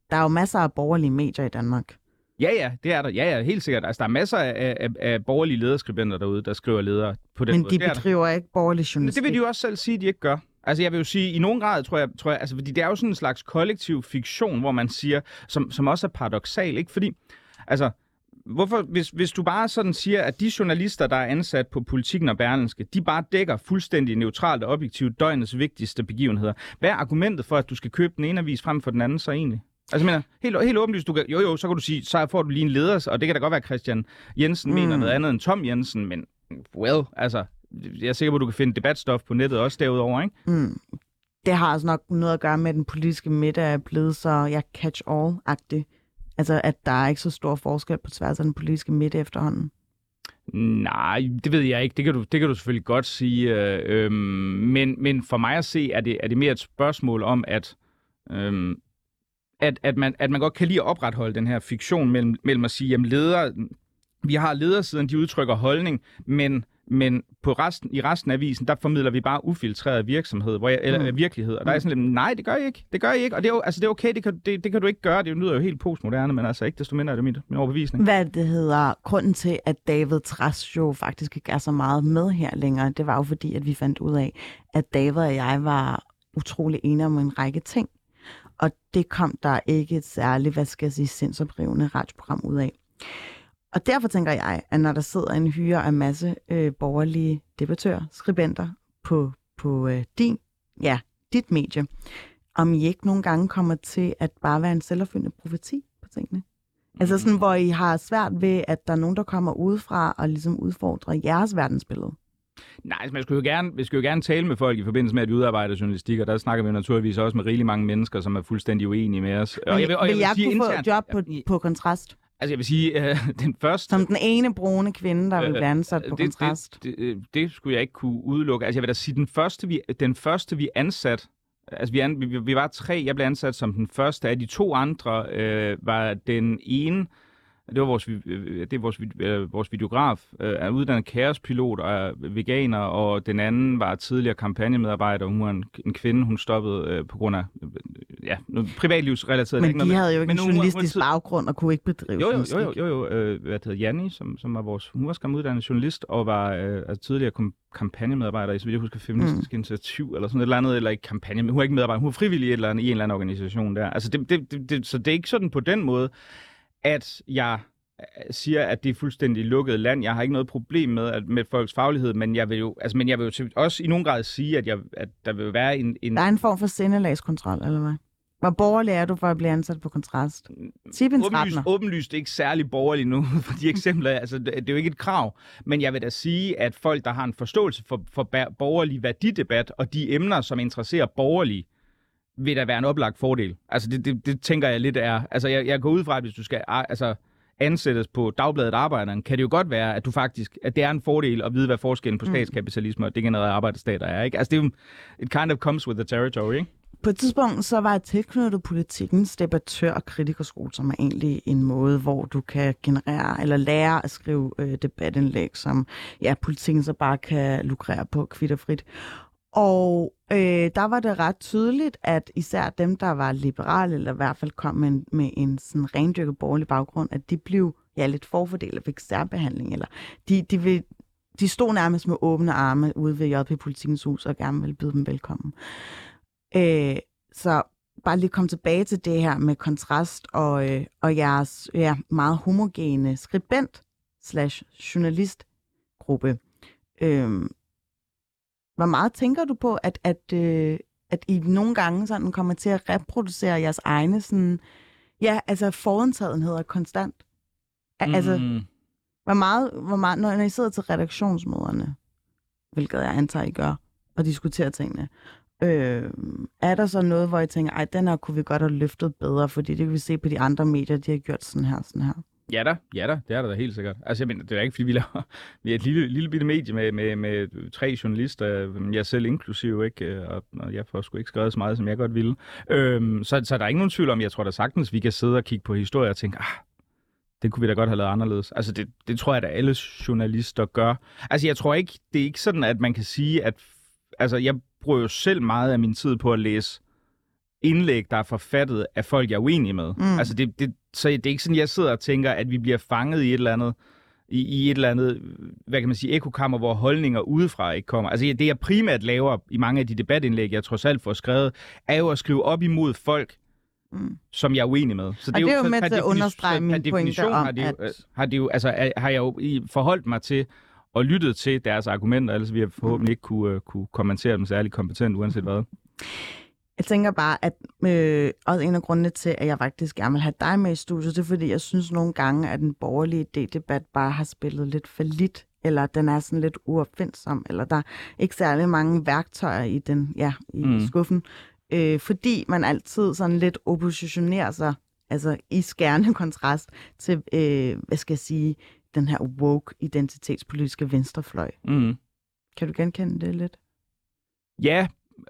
der er jo masser af borgerlige medier i Danmark. Ja, ja, det er der. Ja, ja, helt sikkert. Altså, der er masser af, af, af borgerlige lederskribenter derude, der skriver ledere på den Men måde. de bedriver ikke borgerlig journalistik. Det vil de jo også selv sige, at de ikke gør. Altså, jeg vil jo sige, i nogen grad, tror jeg, tror jeg altså, fordi det er jo sådan en slags kollektiv fiktion, hvor man siger, som, som også er paradoksal, ikke? Fordi, altså, hvorfor, hvis, hvis du bare sådan siger, at de journalister, der er ansat på Politikken og Berlingske, de bare dækker fuldstændig neutralt og objektivt døgnets vigtigste begivenheder. Hvad er argumentet for, at du skal købe den ene avis frem for den anden så egentlig? Altså, jeg mener, helt, helt åbenlyst, du kan, jo jo, så kan du sige, så får du lige en leder, og det kan da godt være, Christian Jensen mm. mener noget andet end Tom Jensen, men well, altså, jeg er sikker på, at du kan finde debatstof på nettet også derudover, ikke? Mm. Det har altså nok noget at gøre med, at den politiske midte er blevet så ja, catch-all-agtig. Altså, at der er ikke så stor forskel på tværs af den politiske midte efterhånden. Nej, det ved jeg ikke. Det kan du, det kan du selvfølgelig godt sige. Øh, men, men for mig at se, er det, er det mere et spørgsmål om, at, øh, at, at, man, at man godt kan lide at opretholde den her fiktion mellem, mellem at sige, at ledere, vi har ledersiden, de udtrykker holdning, men Men på resten, i resten af avisen, der formidler vi bare ufiltreret virksomhed, hvor jeg, eller mm. virkelighed. Og der er sådan lidt, nej, det gør jeg ikke. Det gør jeg ikke. Og det er jo, altså, det er okay, det kan, det, det kan du ikke gøre. Det lyder jo helt postmoderne, men altså ikke desto mindre er det min, min overbevisning. Hvad det hedder, grunden til, at David Trads jo faktisk ikke er så meget med her længere, det var jo fordi, at vi fandt ud af, at David og jeg var utrolig enige om en række ting. Og det kom der ikke et særligt, hvad skal jeg sige, sindsoprivende radioprogram ud af. Og derfor tænker jeg, at når der sidder en hyre af masse øh, borgerlige debattører, skribenter på, på øh, din, ja, dit medie, om I ikke nogle gange kommer til at bare være en selvopfyldende profeti på tingene. Mm. Altså sådan, hvor I har svært ved, at der er nogen, der kommer udefra og ligesom udfordrer jeres verdensbillede. Nej, altså, man skulle jo gerne, vi skal jo gerne tale med folk i forbindelse med, at vi udarbejder journalistik, og der snakker vi naturligvis også med rigtig mange mennesker, som er fuldstændig uenige med os. Men, og jeg vil, og vil jeg vil jeg sige kunne internt, få job på, på Kontrast? Altså jeg vil sige, øh, den første... Som den ene brune kvinde, der vil blive ansat på det, Kontrast. Det, det, det skulle jeg ikke kunne udelukke. Altså jeg vil da sige, den første vi, den første, vi ansat... Altså vi, an, vi, vi var tre, jeg blev ansat som den første af de to andre, øh, var den ene... Det var vores, det er vores, vores videograf, er uddannet kaospilot og er veganer, og den anden var tidligere kampagnemedarbejder. Hun var en, en kvinde, hun stoppede øh, på grund af ja, noget privatlivsrelateret. Men ikke de noget, havde jo ikke en hun, journalistisk hun, hun, baggrund og kunne ikke bedrive jo, jo, journalistik. Jo, jo, jo, jo. Øh, hvad hedder Janni, som, som var vores, hun var skam uddannet journalist og var øh, altså tidligere kom, kampagnemedarbejder i, så vidt jeg husker, Feministisk mm. Initiativ eller sådan et eller andet, eller ikke kampagne, men hun er ikke medarbejder, hun er frivillig i, et eller andet, i en eller anden organisation der. Altså det, det, det, det, så det er ikke sådan på den måde, at jeg siger, at det er fuldstændig lukket land. Jeg har ikke noget problem med, at, med folks faglighed, men jeg vil jo, altså, men jeg vil jo også i nogen grad sige, at, jeg, at der vil være en, en... Der er en form for sindelagskontrol, eller hvad? Hvor borgerlig er du for at blive ansat på Kontrast? Åbenlyst, åbenlyst ikke særlig borgerlig nu, for de eksempler, altså det, det er jo ikke et krav, men jeg vil da sige, at folk, der har en forståelse for, for borgerlig værdidebat, og de emner, som interesserer borgerlige, vil da være en oplagt fordel. Altså det, det, det tænker jeg lidt er, altså jeg, jeg går ud fra, at hvis du skal, altså ansættes på Dagbladet Arbejderen, kan det jo godt være, at du faktisk, at det er en fordel at vide, hvad forskellen på statskapitalisme og degenererede arbejderstater er, ikke? Altså det er jo, it kind of comes with the territory, ikke? På et tidspunkt så var jeg tilknyttet Politikens debattør- og kritikerskole, som er egentlig en måde, hvor du kan generere eller lære at skrive øh, debatindlæg, som ja, Politikken så bare kan lukrere på kvitterfrit. Og øh, der var det ret tydeligt, at især dem, der var liberale, eller i hvert fald kom med en, med en sådan rendyrket borgerlig baggrund, at de blev ja, lidt forfordelt og fik særbehandling. Eller de, de, vil, de stod nærmest med åbne arme ude ved J P Politikens hus og gerne ville byde dem velkommen. Øh, så bare lige komme tilbage til det her med Kontrast og, øh, og jeres ja, meget homogene skribent slash journalistgruppe. Øh, Hvor meget tænker du på, at, at, øh, at I nogle gange sådan kommer til at reproducere jeres egne sådan, ja, altså forudtagenheder konstant? Mm. Altså, hvor meget, hvor meget, når I sidder til redaktionsmøderne, hvilket jeg antager, I gør, og diskuterer tingene, øh, er der så noget, hvor I tænker, ej, den her kunne vi godt have løftet bedre, fordi det kan vi se på de andre medier, de har gjort sådan her, sådan her. Ja da, ja da, det er der da helt sikkert. Altså jeg mener, det er ikke fordi vi laver, vi er et lille, lille bitte medie med, med, med tre journalister, jeg selv inklusiv, ikke, og, og jeg får sgu ikke skrevet så meget, som jeg godt ville. Øhm, så, så der er ikke nogen tvivl om, jeg tror da sagtens, vi kan sidde og kigge på historier og tænke, ah, det kunne vi da godt have lavet anderledes. Altså det, det tror jeg da alle journalister gør. Altså jeg tror ikke, det er ikke sådan, at man kan sige, at altså jeg bruger jo selv meget af min tid på at læse indlæg, der er forfattet af folk, jeg er uenig med. Mm. Altså det, det, så det er ikke sådan, jeg sidder og tænker, at vi bliver fanget i et eller andet, i, i et eller andet, hvad kan man sige, ekokammer, hvor holdninger udefra ikke kommer. Altså det, jeg primært laver i mange af de debatindlæg, jeg trods alt får skrevet, er jo at skrive op imod folk, mm. som jeg er uenig med. Så det, det er jo, jo med til at understrege mine pointer om, har de, at... har de jo, altså har jeg jo forholdt mig til og lyttet til deres argumenter, ellers vi har forhåbentlig ikke kunne, uh, kunne kommentere dem særlig kompetent, uanset hvad. Jeg tænker bare, at øh, også en af grundene til, at jeg faktisk gerne vil have dig med i studiet, det er fordi, jeg synes nogle gange, at den borgerlige idédebat bare har spillet lidt for lidt, eller den er sådan lidt uopfindsom, eller der er ikke særlig mange værktøjer i den, ja, i mm. skuffen, øh, fordi man altid sådan lidt oppositionerer sig, altså i skærende kontrast til, øh, hvad skal jeg sige, den her woke identitetspolitiske venstrefløj. Mm. Kan du genkende det lidt? Ja,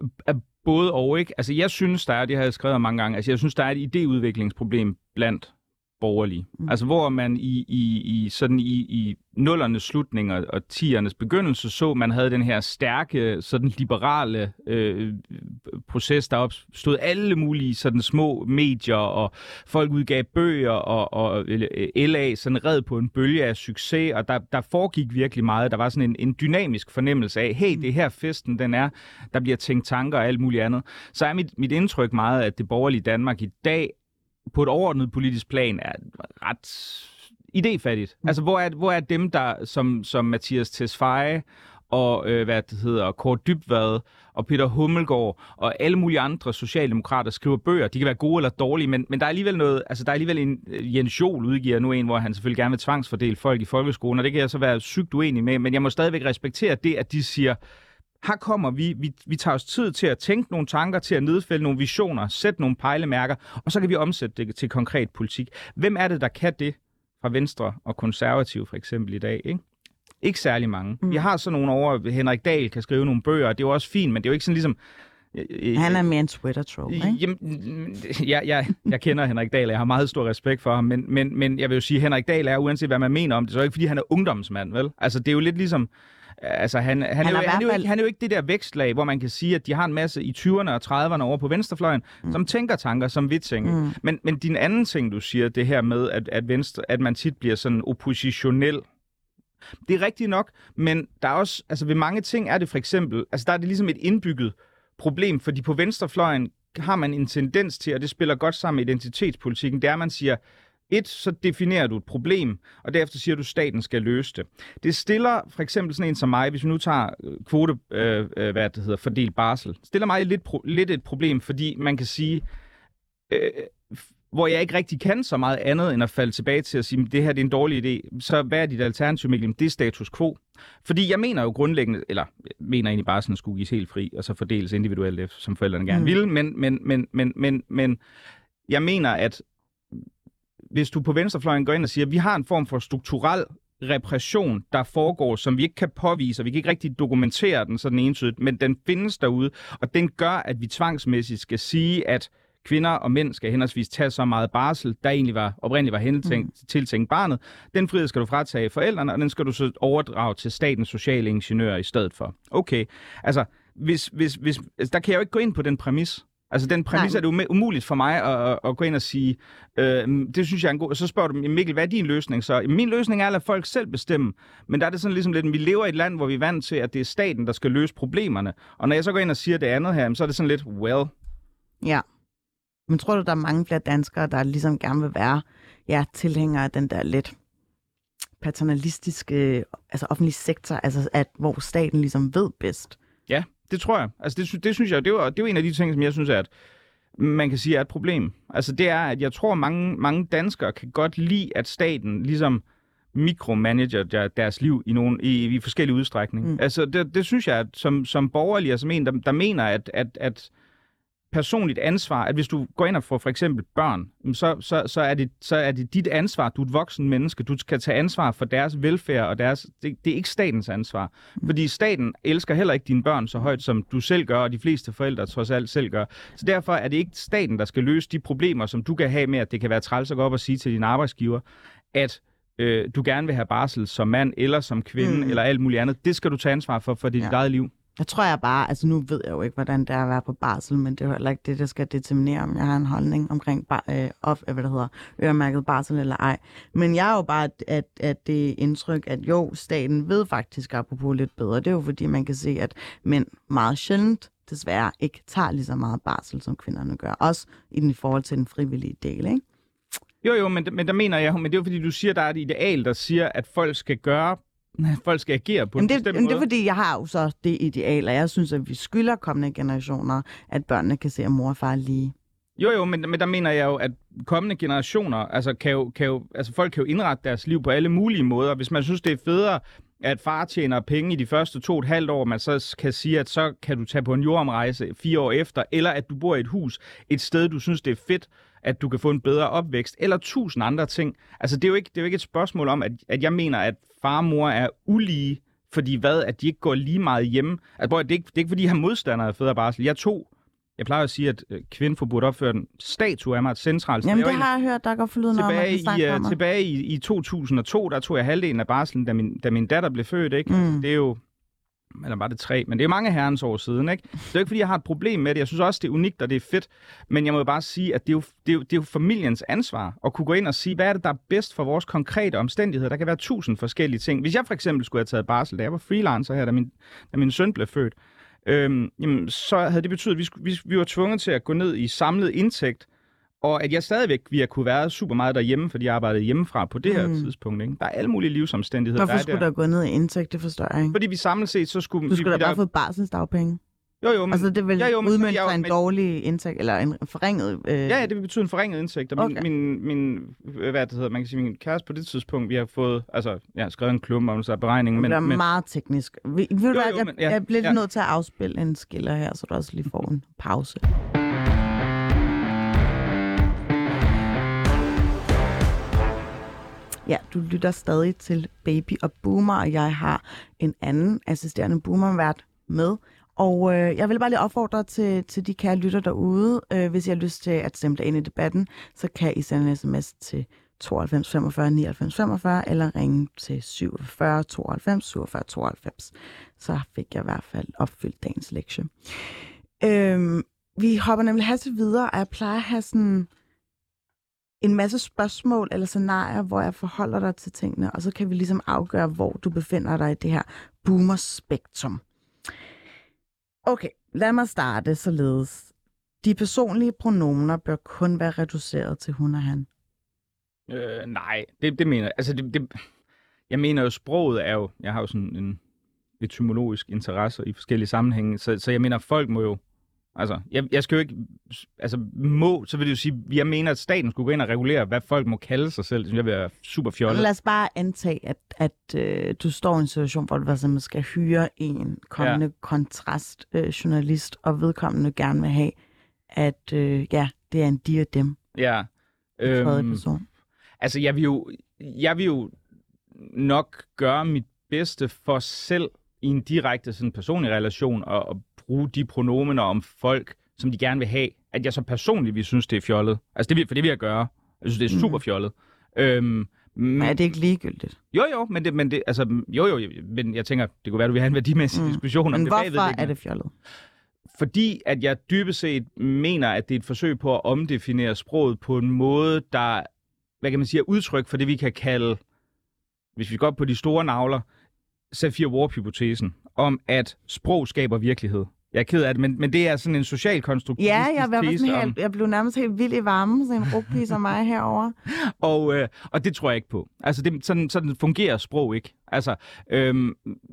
både og, ikke? Altså, jeg synes, der er, det har jeg skrevet mange gange, altså, jeg synes, der er et idéudviklingsproblem blandt borgerlige. Mm. Altså, hvor man i, i, i, sådan i, i nullernes slutning og, og tiernes begyndelse så, man havde den her stærke, sådan liberale øh, proces, der opstod alle mulige sådan små medier, og folk udgav bøger, og, og L A sådan red på en bølge af succes, og der, der foregik virkelig meget. Der var sådan en, en dynamisk fornemmelse af, hey, det her festen, den er, der bliver tænkt tanker og alt muligt andet. Så er mit, mit indtryk meget, at det borgerlige Danmark i dag på et overordnet politisk plan er ret idéfattigt. Mm. Altså, hvor er, hvor er dem, der som, som Mathias Tesfaye og øh, hvad det hedder, Kåre Dybvad og Peter Hummelgaard og alle mulige andre socialdemokrater skriver bøger. De kan være gode eller dårlige, men, men der er alligevel noget, altså der er alligevel en, Jens Joel udgiver nu en, hvor han selvfølgelig gerne vil tvangsfordele folk i folkeskolen, og det kan jeg så være sygt uenig med, men jeg må stadigvæk respektere det, at de siger, her kommer vi, vi, vi tager os tid til at tænke nogle tanker, til at nedfælde nogle visioner, sætte nogle pejlemærker, og så kan vi omsætte det til konkret politik. Hvem er det, der kan det fra Venstre og Konservative for eksempel i dag, ikke? Ikke særlig mange. Mm. Vi har så nogle over, Henrik Dahl kan skrive nogle bøger, og det er jo også fint, men det er jo ikke sådan ligesom... Han er mere en Twitter-troll, ikke? Jamen, jeg, jeg, jeg kender Henrik Dahl, jeg har meget stor respekt for ham, men, men, men jeg vil jo sige, at Henrik Dahl er, uanset hvad man mener om det, så er ikke fordi han er ungdomsmand, vel? Altså, det er jo lidt ligesom... Altså, han, han, han, er, jo, han, er jo ikke, han er jo ikke det der vækstlag, hvor man kan sige, at de har en masse i tyverne og trediverne over på venstrefløjen, mm. som tænker tanker som Witzing. Mm. Men, men din anden ting, du siger, det her med, at, at, venstre, at man tit bliver sådan oppositionel, det er rigtigt nok, men der er også, altså ved mange ting er det for eksempel, altså der er det ligesom et indbygget problem, fordi på venstrefløjen har man en tendens til, og det spiller godt sammen med identitetspolitikken, det er, at man siger, et, så definerer du et problem, og derefter siger du, at staten skal løse det. Det stiller for eksempel sådan en som mig, hvis vi nu tager kvote, øh, hvad det hedder, fordelt barsel, stiller mig lidt, pro- lidt et problem, fordi man kan sige, øh, hvor jeg ikke rigtig kan så meget andet, end at falde tilbage til at sige, at det her det er en dårlig idé, så hvad er dit alternativ, Mikkel? Det er status quo. Fordi jeg mener jo grundlæggende, eller mener egentlig bare, at den skulle gives helt fri, og så fordeles individuelt efter, som forældrene gerne mm. vil, men, men, men, men, men, men jeg mener, at hvis du på venstrefløjen går ind og siger, at vi har en form for strukturel repression, der foregår, som vi ikke kan påvise, og vi kan ikke rigtig dokumentere den sådan entydigt, men den findes derude, og den gør, at vi tvangsmæssigt skal sige, at kvinder og mænd skal henholdsvis tage så meget barsel, der egentlig var oprindeligt var hentænkt, mm. tiltænkt barnet. Den frihed skal du fratage forældrene, og den skal du så overdrage til statens sociale ingeniører i stedet for. Okay, altså, hvis, hvis, hvis, der kan jeg jo ikke gå ind på den præmis. Altså, den præmis Nej. er det umuligt for mig at, at, at gå ind og sige, øh, det synes jeg er en god... Og så spørger du, Mikkel, hvad er din løsning så? Min løsning er at lade folk selv bestemme. Men der er det sådan ligesom lidt, vi lever i et land, hvor vi er vant til, at det er staten, der skal løse problemerne. Og når jeg så går ind og siger det andet her, så er det sådan lidt, well... Ja. Men tror du, der er mange flere danskere, der ligesom gerne vil være ja, tilhængere af den der lidt paternalistiske altså offentlige sektor, altså at, hvor staten ligesom ved bedst? Ja, det tror jeg. Altså det, det synes jeg, det er, jo, det er jo en af de ting, som jeg synes, at man kan sige er et problem. Altså det er, at jeg tror, mange, mange danskere kan godt lide, at staten ligesom mikromanager der, deres liv i, nogle, i, i forskellige udstrækning. Mm. Altså det, det synes jeg, at som, som borgerlig og som en, der, der mener, at, at, at personligt ansvar, at hvis du går ind og får for eksempel børn, så, så, så, er det, så er det dit ansvar. Du er et voksen menneske. Du skal tage ansvar for deres velfærd, og deres, det, det er ikke statens ansvar. Fordi staten elsker heller ikke dine børn så højt, som du selv gør, og de fleste forældre trods alt selv gør. Så derfor er det ikke staten, der skal løse de problemer, som du kan have med, at det kan være træls at gå op og sige til din arbejdsgiver, at øh, du gerne vil have barsel som mand, eller som kvinde, mm. eller alt muligt andet. Det skal du tage ansvar for, for dit ja. eget liv. Jeg tror jeg bare, altså nu ved jeg jo ikke, hvordan det er at være på barsel, men det er jo heller ikke det, der skal determinere, om jeg har en holdning omkring bar, øh, op, hvad det hedder, øremærket barsel eller ej. Men jeg er jo bare, at, at det indtryk, at jo, staten ved faktisk apropos lidt bedre. Det er jo fordi, man kan se, at mænd meget sjældent desværre ikke tager lige så meget barsel, som kvinderne gør. Også i den i forhold til den frivillige del, ikke? Jo, jo, men, men der mener jeg, men det er jo fordi, du siger, der er et ideal, der siger, at folk skal gøre, folk skal agere på en det, bestemt måde. måde. Det er fordi, jeg har jo så det ideal, og jeg synes, at vi skylder kommende generationer, at børnene kan se, at mor og far er lige. Jo, jo, men, men der mener jeg jo, at kommende generationer, altså, kan jo, kan jo, altså folk kan jo indrette deres liv på alle mulige måder. Hvis man synes, det er federe, at far tjener penge i de første to og et halvt år, man så kan sige, at så kan du tage på en jordomrejse fire år efter, eller at du bor i et hus, et sted, du synes, det er fedt, at du kan få en bedre opvækst, eller tusind andre ting. Altså, det er jo ikke, det er jo ikke et spørgsmål om, at, at jeg mener, at far og mor er ulige, fordi hvad, at de ikke går lige meget hjemme. Altså, boy, det, er ikke, det er ikke, fordi jeg har modstandere af fædre og barsel. Jeg tog, jeg plejer at sige, at kvinden burde opføre en statue af mig, et centralt. Jamen, det har jeg hørt, der går forlyden om, at tilbage, i, uh, tilbage i, i to tusind og to, der tog jeg halvdelen af barslen, da min, da min datter blev født, ikke? Mm. Det er jo, eller var det tre, men det er mange herrens år siden, ikke? Det er ikke, fordi jeg har et problem med det. Jeg synes også, det er unikt, og det er fedt. Men jeg må bare sige, at det er, jo, det, er jo, det er jo familiens ansvar at kunne gå ind og sige, hvad er det, der er bedst for vores konkrete omstændigheder. Der kan være tusind forskellige ting. Hvis jeg for eksempel skulle have taget barsel, da jeg var freelancer her, da min, da min søn blev født, øhm, jamen, så havde det betydet, at vi, skulle, vi, vi var tvunget til at gå ned i samlet indtægt, og at jeg stadigvæk ville kunne være super meget derhjemme, fordi jeg arbejdede hjemmefra på det her mm. tidspunkt. Ikke? Der er alle mulige livsomstændigheder. Hvorfor der skulle der. der gå ned i indtægt? Det forstår jeg ikke. Fordi vi samlet set, så skulle... Du skulle vi, da bare der... få barselsdagpenge. Jo, jo, men... Altså, det vil ja, jo, udmønte sig en men... dårlig indtægt, eller en forringet... Øh... Ja, ja, det vil betyde en forringet indtægt. Og okay. min, min, min, hvad det hedder, man kan sige, min kæreste på det tidspunkt, vi har fået... Altså, jeg har skrevet en klump om så beregningen, men... Det er men... meget teknisk. Vi, jo, jo, jeg, men, ja, jeg bliver lidt ja. nødt til at afspille en skiller her, så du også lige får en pause. Ja, du lytter stadig til Baby og Boomer, og jeg har en anden assisterende boomervært med. Og øh, jeg vil bare lige opfordre til, til de kære lytter derude. Øh, hvis I har lyst til at stemme dig ind i debatten, så kan I sende en sms til tooghalvfems femogfyrre nioghalvfems femogfyrre eller ringe til syvogfyrre tooghalvfems syvogfyrre tooghalvfems. Så fik jeg i hvert fald opfyldt dagens lektie. Øh, vi hopper nemlig hastigt videre, og jeg plejer at have sådan... en masse spørgsmål eller scenarier, hvor jeg forholder dig til tingene, og så kan vi ligesom afgøre, hvor du befinder dig i det her boomer-spektrum. Okay, lad mig starte således. De personlige pronomener bør kun være reduceret til hun og han. Øh, nej, det, det mener jeg. Altså, det, det, jeg mener jo, sproget er jo... Jeg har jo sådan en etymologisk interesse i forskellige sammenhænge, så, så jeg mener, folk må jo... Altså, jeg, jeg skal jo ikke... Altså, må, så vil det jo sige... Jeg mener, at staten skulle gå ind og regulere, hvad folk må kalde sig selv. Det synes jeg vil være super fjollet. Lad os bare antage, at, at øh, du står i en situation, hvor du simpelthen skal hyre en kommende ja. kontrastjournalist, øh, og vedkommende gerne vil have, at øh, ja, det er en de og dem. Ja. Øhm, person. Altså, jeg vil, jo, jeg vil jo nok gøre mit bedste for selv i en direkte sådan, personlig relation og, og bruge de pronomener om folk, som de gerne vil have, at jeg så personligt vil synes, det er fjollet. Altså, det vil, for det vil jeg gøre. Jeg synes, det er super fjollet. Mm. Øhm, men er det ikke ligegyldigt? Jo, jo, men det, men det, altså, jo, jo, men jeg tænker, det kunne være, du vil have en værdimæssig mm. diskussion om men det. Men hvorfor er det fjollet? Fordi, at jeg dybest set mener, at det er et forsøg på at omdefinere sproget på en måde, der, hvad kan man sige, er udtryk for det, vi kan kalde, hvis vi går op på de store navler, Sapir-Whorf-hypotesen, om at sprog skaber virkelighed. Jeg er ked af det, men, men det er sådan en social konstruktivistisk ja, jeg, var tese sådan om... helt, jeg blev nærmest helt vild i varmen, sådan en rugpige som mig herovre. og, øh, og det tror jeg ikke på. Altså, det, sådan, sådan fungerer sprog ikke. Altså, øhm,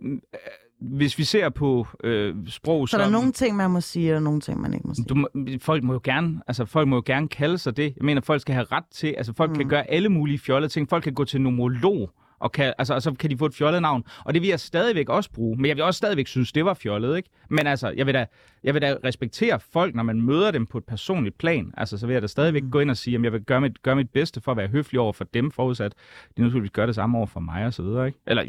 hvis vi ser på øh, sprog Så som... der er nogle ting, man må sige, og nogle ting, man ikke må sige. Du må, folk må jo gerne, altså folk må jo gerne kalde sig det. Jeg mener, folk skal have ret til, altså folk mm. kan gøre alle mulige fjollede ting. Folk kan gå til numerolog, og, kan, altså, og så kan de få et fjollet navn. Og det vil jeg stadigvæk også bruge. Men jeg vil også stadigvæk synes, det var fjollet, ikke? Men altså, jeg vil da, jeg vil da respektere folk, når man møder dem på et personligt plan. Altså, så vil jeg da stadigvæk mm. gå ind og sige, at jeg vil gøre mit, gøre mit bedste for at være høflig over for dem, forudsat de naturligvis gør det samme over for mig og så videre, ikke? Eller,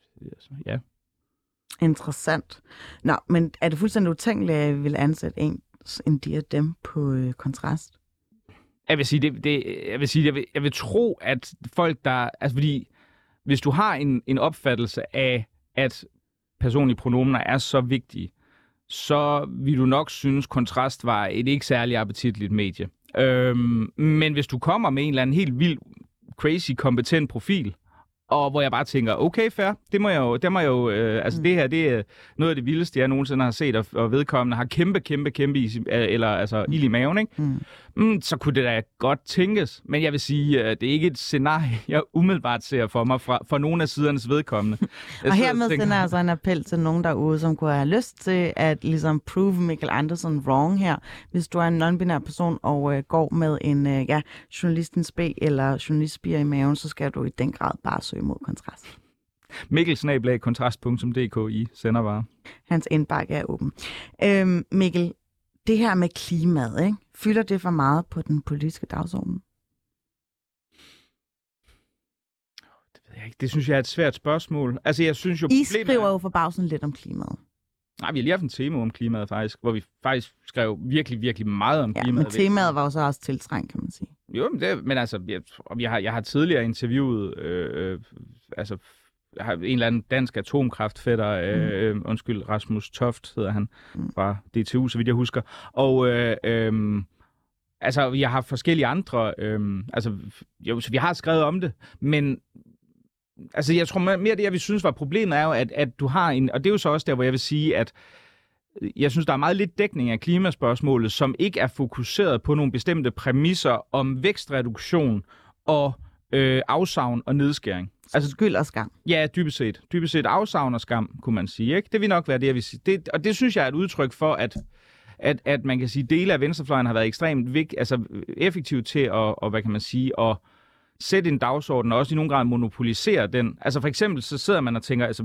ja. Interessant. Nå, men er det fuldstændig utænkeligt, at jeg vil ansætte en, en de af dem på øh, kontrast? Jeg vil sige, det, det, jeg vil sige, jeg vil, jeg vil tro, at folk, der... Altså, fordi hvis du har en, en opfattelse af, at personlige pronomener er så vigtige, så vil du nok synes, Kontrast var et ikke særlig appetitligt medie. Øhm, men hvis du kommer med en eller anden helt vild, crazy, kompetent profil, og hvor jeg bare tænker, okay, fair, det må jeg jo, det må jeg jo øh, altså mm. det her, det er noget af det vildeste, jeg nogensinde har set, og, og vedkommende har kæmpe, kæmpe, kæmpe is, eller altså ild i maven, ikke? Mm. Mm, så kunne det da godt tænkes, men jeg vil sige, at det er ikke et scenarie, jeg umiddelbart ser for mig fra, fra nogle af sidernes vedkommende. Og hermed sender jeg altså en appel til nogen derude, som kunne have lyst til at ligesom prove Mikkel Andersen wrong her. Hvis du er en non-binær person og øh, går med en øh, ja, journalistens B eller journalistbier i maven, så skal du i den grad bare søge mod Kontrast. Mikkel snabel-a kontrast punktum d k i sendervare. Hans indbakke er åben. Øhm, Mikkel, det her med klimaet, ikke? Fylder det for meget på den politiske dagsorden? Det ved jeg ikke. Det synes jeg er et svært spørgsmål. Altså, jeg synes jo... I skriver jo forbavsende lidt om klimaet. Nej, vi har lige haft en tema om klimaet faktisk, hvor vi faktisk skrev virkelig, virkelig meget om ja, klimaet. Men temaet var jo så også tiltrængt, kan man sige. Jo, men, det, men altså, jeg, jeg, har, jeg har tidligere interviewet, øh, øh, altså, jeg har en eller anden dansk atomkraftfætter, øh, mm. undskyld, Rasmus Toft hedder han, mm. fra D T U, så vidt jeg husker. Og øh, øh, altså, jeg har forskellige andre, øh, altså, jo, så vi har skrevet om det, men altså, jeg tror mere det, jeg vil synes var problemet, er jo, at, at du har en, og det er jo så også der, hvor jeg vil sige, at jeg synes, der er meget lidt dækning af klimaspørgsmålet, som ikke er fokuseret på nogle bestemte præmisser om vækstreduktion og øh, afsavn og nedskæring. Altså skyld og skam. Ja, dybest set. Dybest set afsavn og skam, kunne man sige. Ikke? Det vil nok være det, jeg vil sige. Det, og det synes jeg er et udtryk for, at, at, at man kan sige, at dele af venstrefløjen har været ekstremt vigt, altså effektivt til at, og, hvad kan man sige, at sætte en dagsorden, og også i nogen grad monopolisere den. Altså for eksempel, så sidder man og tænker, altså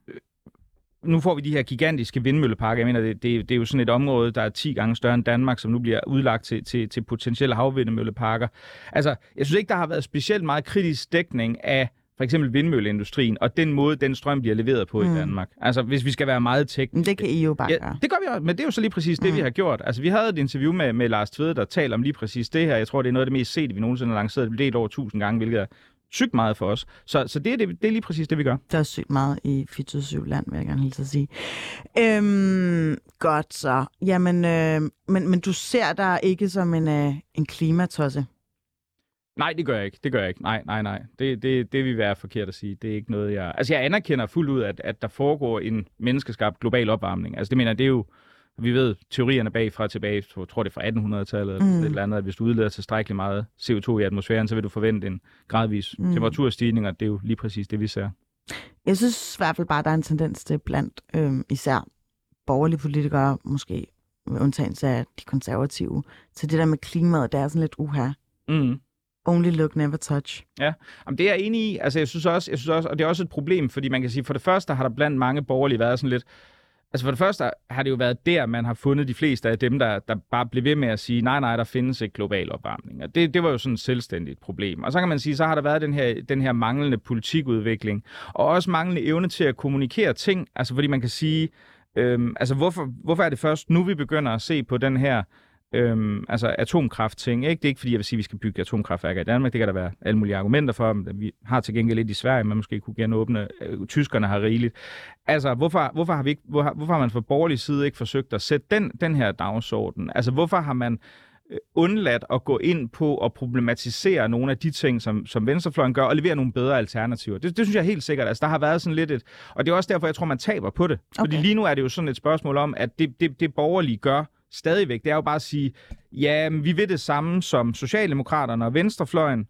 nu får vi de her gigantiske vindmølleparker. Jeg mener, det, det, det er jo sådan et område, der er ti gange større end Danmark, som nu bliver udlagt til, til, til potentielle havvindmølleparker. Altså, jeg synes ikke, der har været specielt meget kritisk dækning af for eksempel vindmølleindustrien, og den måde, den strøm bliver leveret på mm. i Danmark. Altså, hvis vi skal være meget tekniske. Det kan I jo bare gøre. Ja, det gør vi også, men det er jo så lige præcis det, mm. vi har gjort. Altså, vi havde et interview med, med Lars Tvede, der taler om lige præcis det her. Jeg tror, det er noget af det mest set, vi nogensinde har lanceret. Det blev delt over tusind gange, hvilket er sygt meget for os. Så, så det, er det, det er lige præcis det, vi gør. Det er sygt meget i fireogtyve land, vil jeg gerne hilse at sige. Øhm, godt så. Jamen, øh, men, men du ser dig ikke som en, øh, en klimatosse? Nej, det gør jeg ikke. Det gør jeg ikke. Nej, nej, nej. Det, det, det vil være forkert at sige. Det er ikke noget, jeg... Altså, jeg anerkender fuldt ud, at, at der foregår en menneskeskabt global opvarmning. Altså, det mener det er jo... Vi ved teorierne bagfra tilbage, jeg tror det er fra attenhundredetallet, mm. eller, eller andet, at hvis du udleder tilstrækkeligt meget C O to i atmosfæren, så vil du forvente en gradvis mm. temperaturstigning, og det er jo lige præcis det, vi ser. Jeg synes i hvert fald bare, at der er en tendens til blandt øhm, især borgerlige politikere, måske med undtagelse af de konservative, til det der med klimaet, der er sådan lidt uha. Mm. Only look, never touch. Ja, jamen, det er jeg enig i. Altså, jeg synes også, jeg synes også, og det er også et problem, fordi man kan sige, for det første har der blandt mange borgerlige været sådan lidt. Altså for det første har det jo været der, man har fundet de fleste af dem, der, der bare blev ved med at sige, nej, nej, der findes ikke global opvarmning. Og det, det var jo sådan et selvstændigt problem. Og så kan man sige, så har der været den her, den her manglende politikudvikling, og også manglende evne til at kommunikere ting. Altså fordi man kan sige, øhm, altså hvorfor, hvorfor er det først nu, vi begynder at se på den her Øhm, altså atomkraft-ting, ikke? Det er ikke fordi, jeg vil sige, at vi skal bygge atomkraftværker i Danmark. Det kan der være alle mulige argumenter for. Vi har til gengæld lidt i Sverige, man måske kunne genåbne. Tyskerne har rigeligt. Altså, hvorfor, hvorfor, har vi ikke, hvor, hvorfor har man fra borgerlig side ikke forsøgt at sætte den, den her dagsorden? Altså, hvorfor har man undladt at gå ind på og problematisere nogle af de ting, som, som venstrefløjen gør, og levere nogle bedre alternativer? Det, det synes jeg helt sikkert. Altså, der har været sådan lidt et... Og det er også derfor, jeg tror, man taber på det. Okay. Fordi lige nu er det jo sådan et spørgsmål om, at det, det, det borgerlige gør stadigvæk, det er jo bare at sige, ja, vi vil det samme som Socialdemokraterne og venstrefløjen,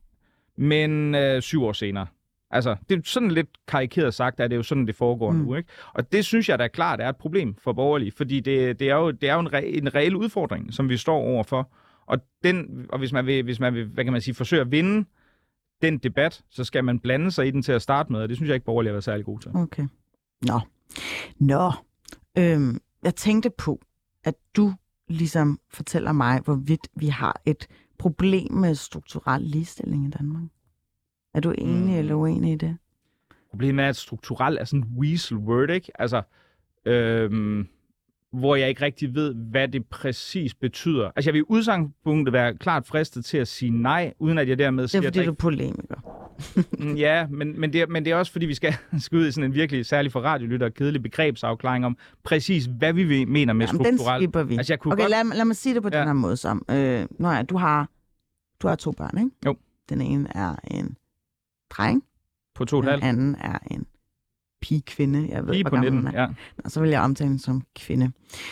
men øh, syv år senere. Altså, det er sådan lidt karikeret sagt, at det er jo sådan, det foregår mm. nu, ikke? Og det synes jeg da klart er et problem for borgerlige, fordi det, det er jo, det er jo en, re, en reel udfordring, som vi står overfor. Og, den, og hvis man vil, hvis man vil, hvad kan man sige, forsøge at vinde den debat, så skal man blande sig i den til at starte med, og det synes jeg ikke, borgerlige har været særlig god til. Okay. Nå. Nå. Øhm, jeg tænkte på, at du ligesom fortæller mig, hvorvidt vi har et problem med strukturel ligestilling i Danmark. Er du enig mm. eller uenig i det? Problemet er, at strukturel er sådan en weasel word, ikke? Altså, øhm, hvor jeg ikke rigtig ved, hvad det præcis betyder. Altså, jeg vil i udgangspunktet være klart fristet til at sige nej, uden at jeg dermed siger... Det er fordi, du er polemiker. Ja, men, men, det er, men det er også, fordi vi skal, skal ud i sådan en virkelig, særlig for radiolytter, kedelig begrebsafklaring om præcis, hvad vi mener med Jamen, strukturelt. den skipper vi. Altså, jeg kunne okay, godt... lad, lad mig sige det på ja. den her måde. Som, øh, nå ja, du har, du har to børn, ikke? Jo. Den ene er en dreng. På to og et halvt. Den anden er en pige-kvinde. Jeg ved, Pige på nitten, er. ja. Og så vil jeg omtale hende som kvinde.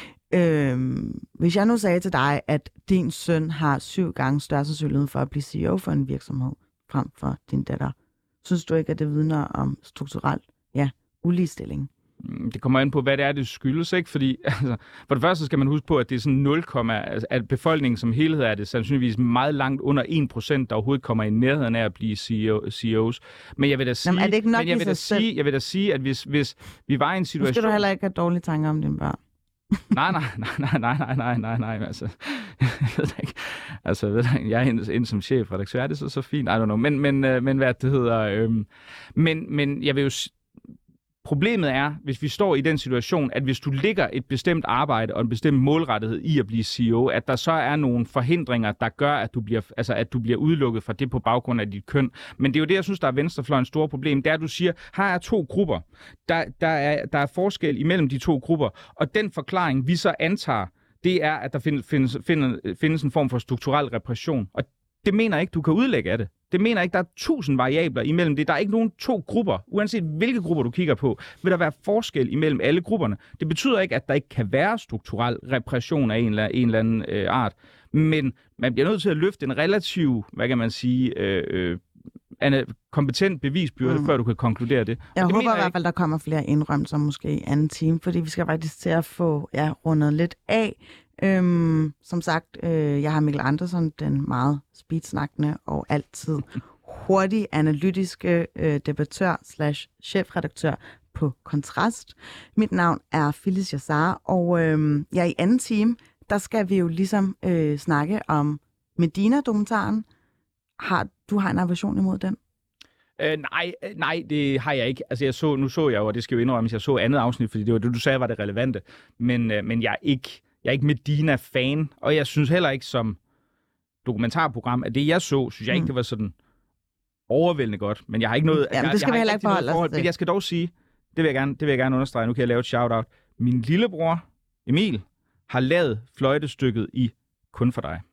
Øhm, hvis jeg nu sagde til dig, at din søn har syv gange større sandsynlighed for at blive C E O for en virksomhed, frem for din datter, synes du ikke, at det vidner om strukturelt, ja, uligestilling? Det kommer an på, hvad det er, det skyldes, ikke? Fordi altså, for det første skal man huske på, at det er sådan nul, altså, at befolkningen som helhed er det sandsynligvis meget langt under en procent, der overhovedet kommer i nærheden af at blive C E O's. Men jeg vil da sige, Jamen, er det ikke nok men jeg vil da sige, jeg vil da sige, at hvis, hvis vi var i en situation... Nu skal du heller ikke have dårlige tanker om dine børn. nej, nej, nej, nej, nej, nej, nej, nej, altså, jeg ved ikke, altså, jeg ved ikke, jeg er inde, inde som chefredaktør, er det så så fint? I don't know, men, men, men hvad det hedder, øhm, men, men jeg vil jo problemet er, hvis vi står i den situation, at hvis du ligger et bestemt arbejde og en bestemt målrettighed i at blive C E O, at der så er nogle forhindringer, der gør, at du bliver, altså, at du bliver udelukket fra det på baggrund af dit køn. Men det er jo det, jeg synes, der er venstrefløjens store problem. Det er, at du siger, her er to grupper. Der, der, er, der er forskel imellem de to grupper. Og den forklaring, vi så antager, det er, at der findes, findes, findes en form for strukturel repression. Og det mener jeg ikke, du kan udlægge af det. Det mener jeg ikke, der er tusind variabler imellem det. Der er ikke nogen to grupper. Uanset hvilke grupper du kigger på, vil der være forskel imellem alle grupperne. Det betyder ikke, at der ikke kan være strukturel repression af en eller, en eller anden øh, art. Men man bliver nødt til at løfte en relativ, hvad kan man sige, øh, øh, kompetent bevisbyrde, mm. før du kan konkludere det. Jeg det håber i hvert fald, der kommer flere indrømmelser måske i anden time, fordi vi skal faktisk til at få ja, rundet lidt af. Øhm, som sagt, øh, jeg har Mikkel Andersen, den meget speedsnakkende og altid hurtig analytiske øh, debattør slash chefredaktør på Kontrast. Mit navn er Phyllis Jassar, og øh, ja, i anden time, der skal vi jo ligesom øh, snakke om Medina-dokumentaren. Har, du har en aversion imod den? Øh, nej, nej, det har jeg ikke. Altså, jeg så, nu så jeg jo, og det skal jo indrømmes, jeg så andet afsnit, fordi det var det, du sagde, var det relevante. Men, øh, men jeg er ikke... Jeg er ikke Medina-fan, og jeg synes heller ikke som dokumentarprogram, at det jeg så, synes jeg ikke, det var sådan overvældende godt. Men jeg har ikke noget... Jamen, jeg, det skal jeg vi heller ikke forholde os til. Men jeg skal dog sige, det vil jeg gerne, det vil jeg gerne understrege, nu kan jeg lave et shout-out. Min lillebror, Emil, har lavet fløjtestykket i Kun for dig.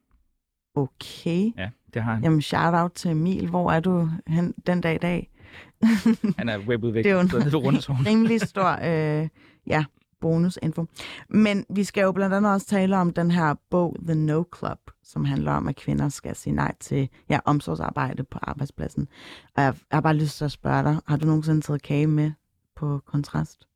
Okay. Ja, det har han. Jamen, shout-out til Emil. Hvor er du hen den dag i dag? Han er webudvikler. Det er jo en rimelig stor... Øh, ja. bonusinfo. Men vi skal jo blandt andet også tale om den her bog, The No Club, som handler om, at kvinder skal sige nej til ja, omsorgsarbejde på arbejdspladsen. Og jeg, jeg har bare lyst til at spørge dig, har du nogensinde taget kage med på Kontrast?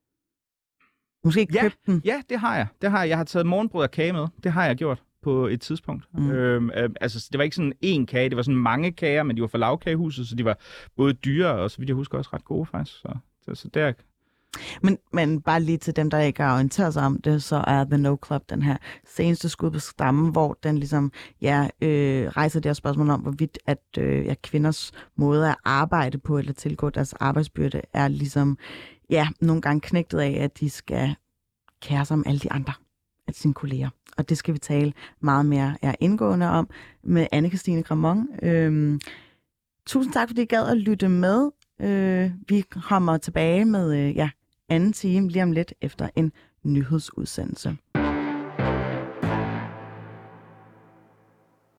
Måske ja, købt den? Ja, det har jeg. Det har jeg. Jeg har taget morgenbrød og kage med. Det har jeg gjort på et tidspunkt. Mm. Øhm, øh, altså, det var ikke sådan én kage, det var sådan mange kager, men de var fra lavkagehuset, så de var både dyre og så vidt jeg husker også ret gode faktisk. Så, så, så der... Men, men bare lige til dem, der ikke har orienteret sig om det, så er The No Club den her seneste skud på stammen, hvor den ligesom ja, øh, rejser det her spørgsmål om, hvorvidt at øh, ja, kvinders måde at arbejde på eller tilgå deres arbejdsbyrde er ligesom ja, nogle gange knægtet af, at de skal kære sig om alle de andre af sine kolleger. Og det skal vi tale meget mere ja, indgående om med Anne-Kristine Gramont. Øhm, tusind tak, fordi I gad at lytte med. Øh, vi kommer tilbage med øh, ja, anden time lige om lidt efter en nyhedsudsendelse.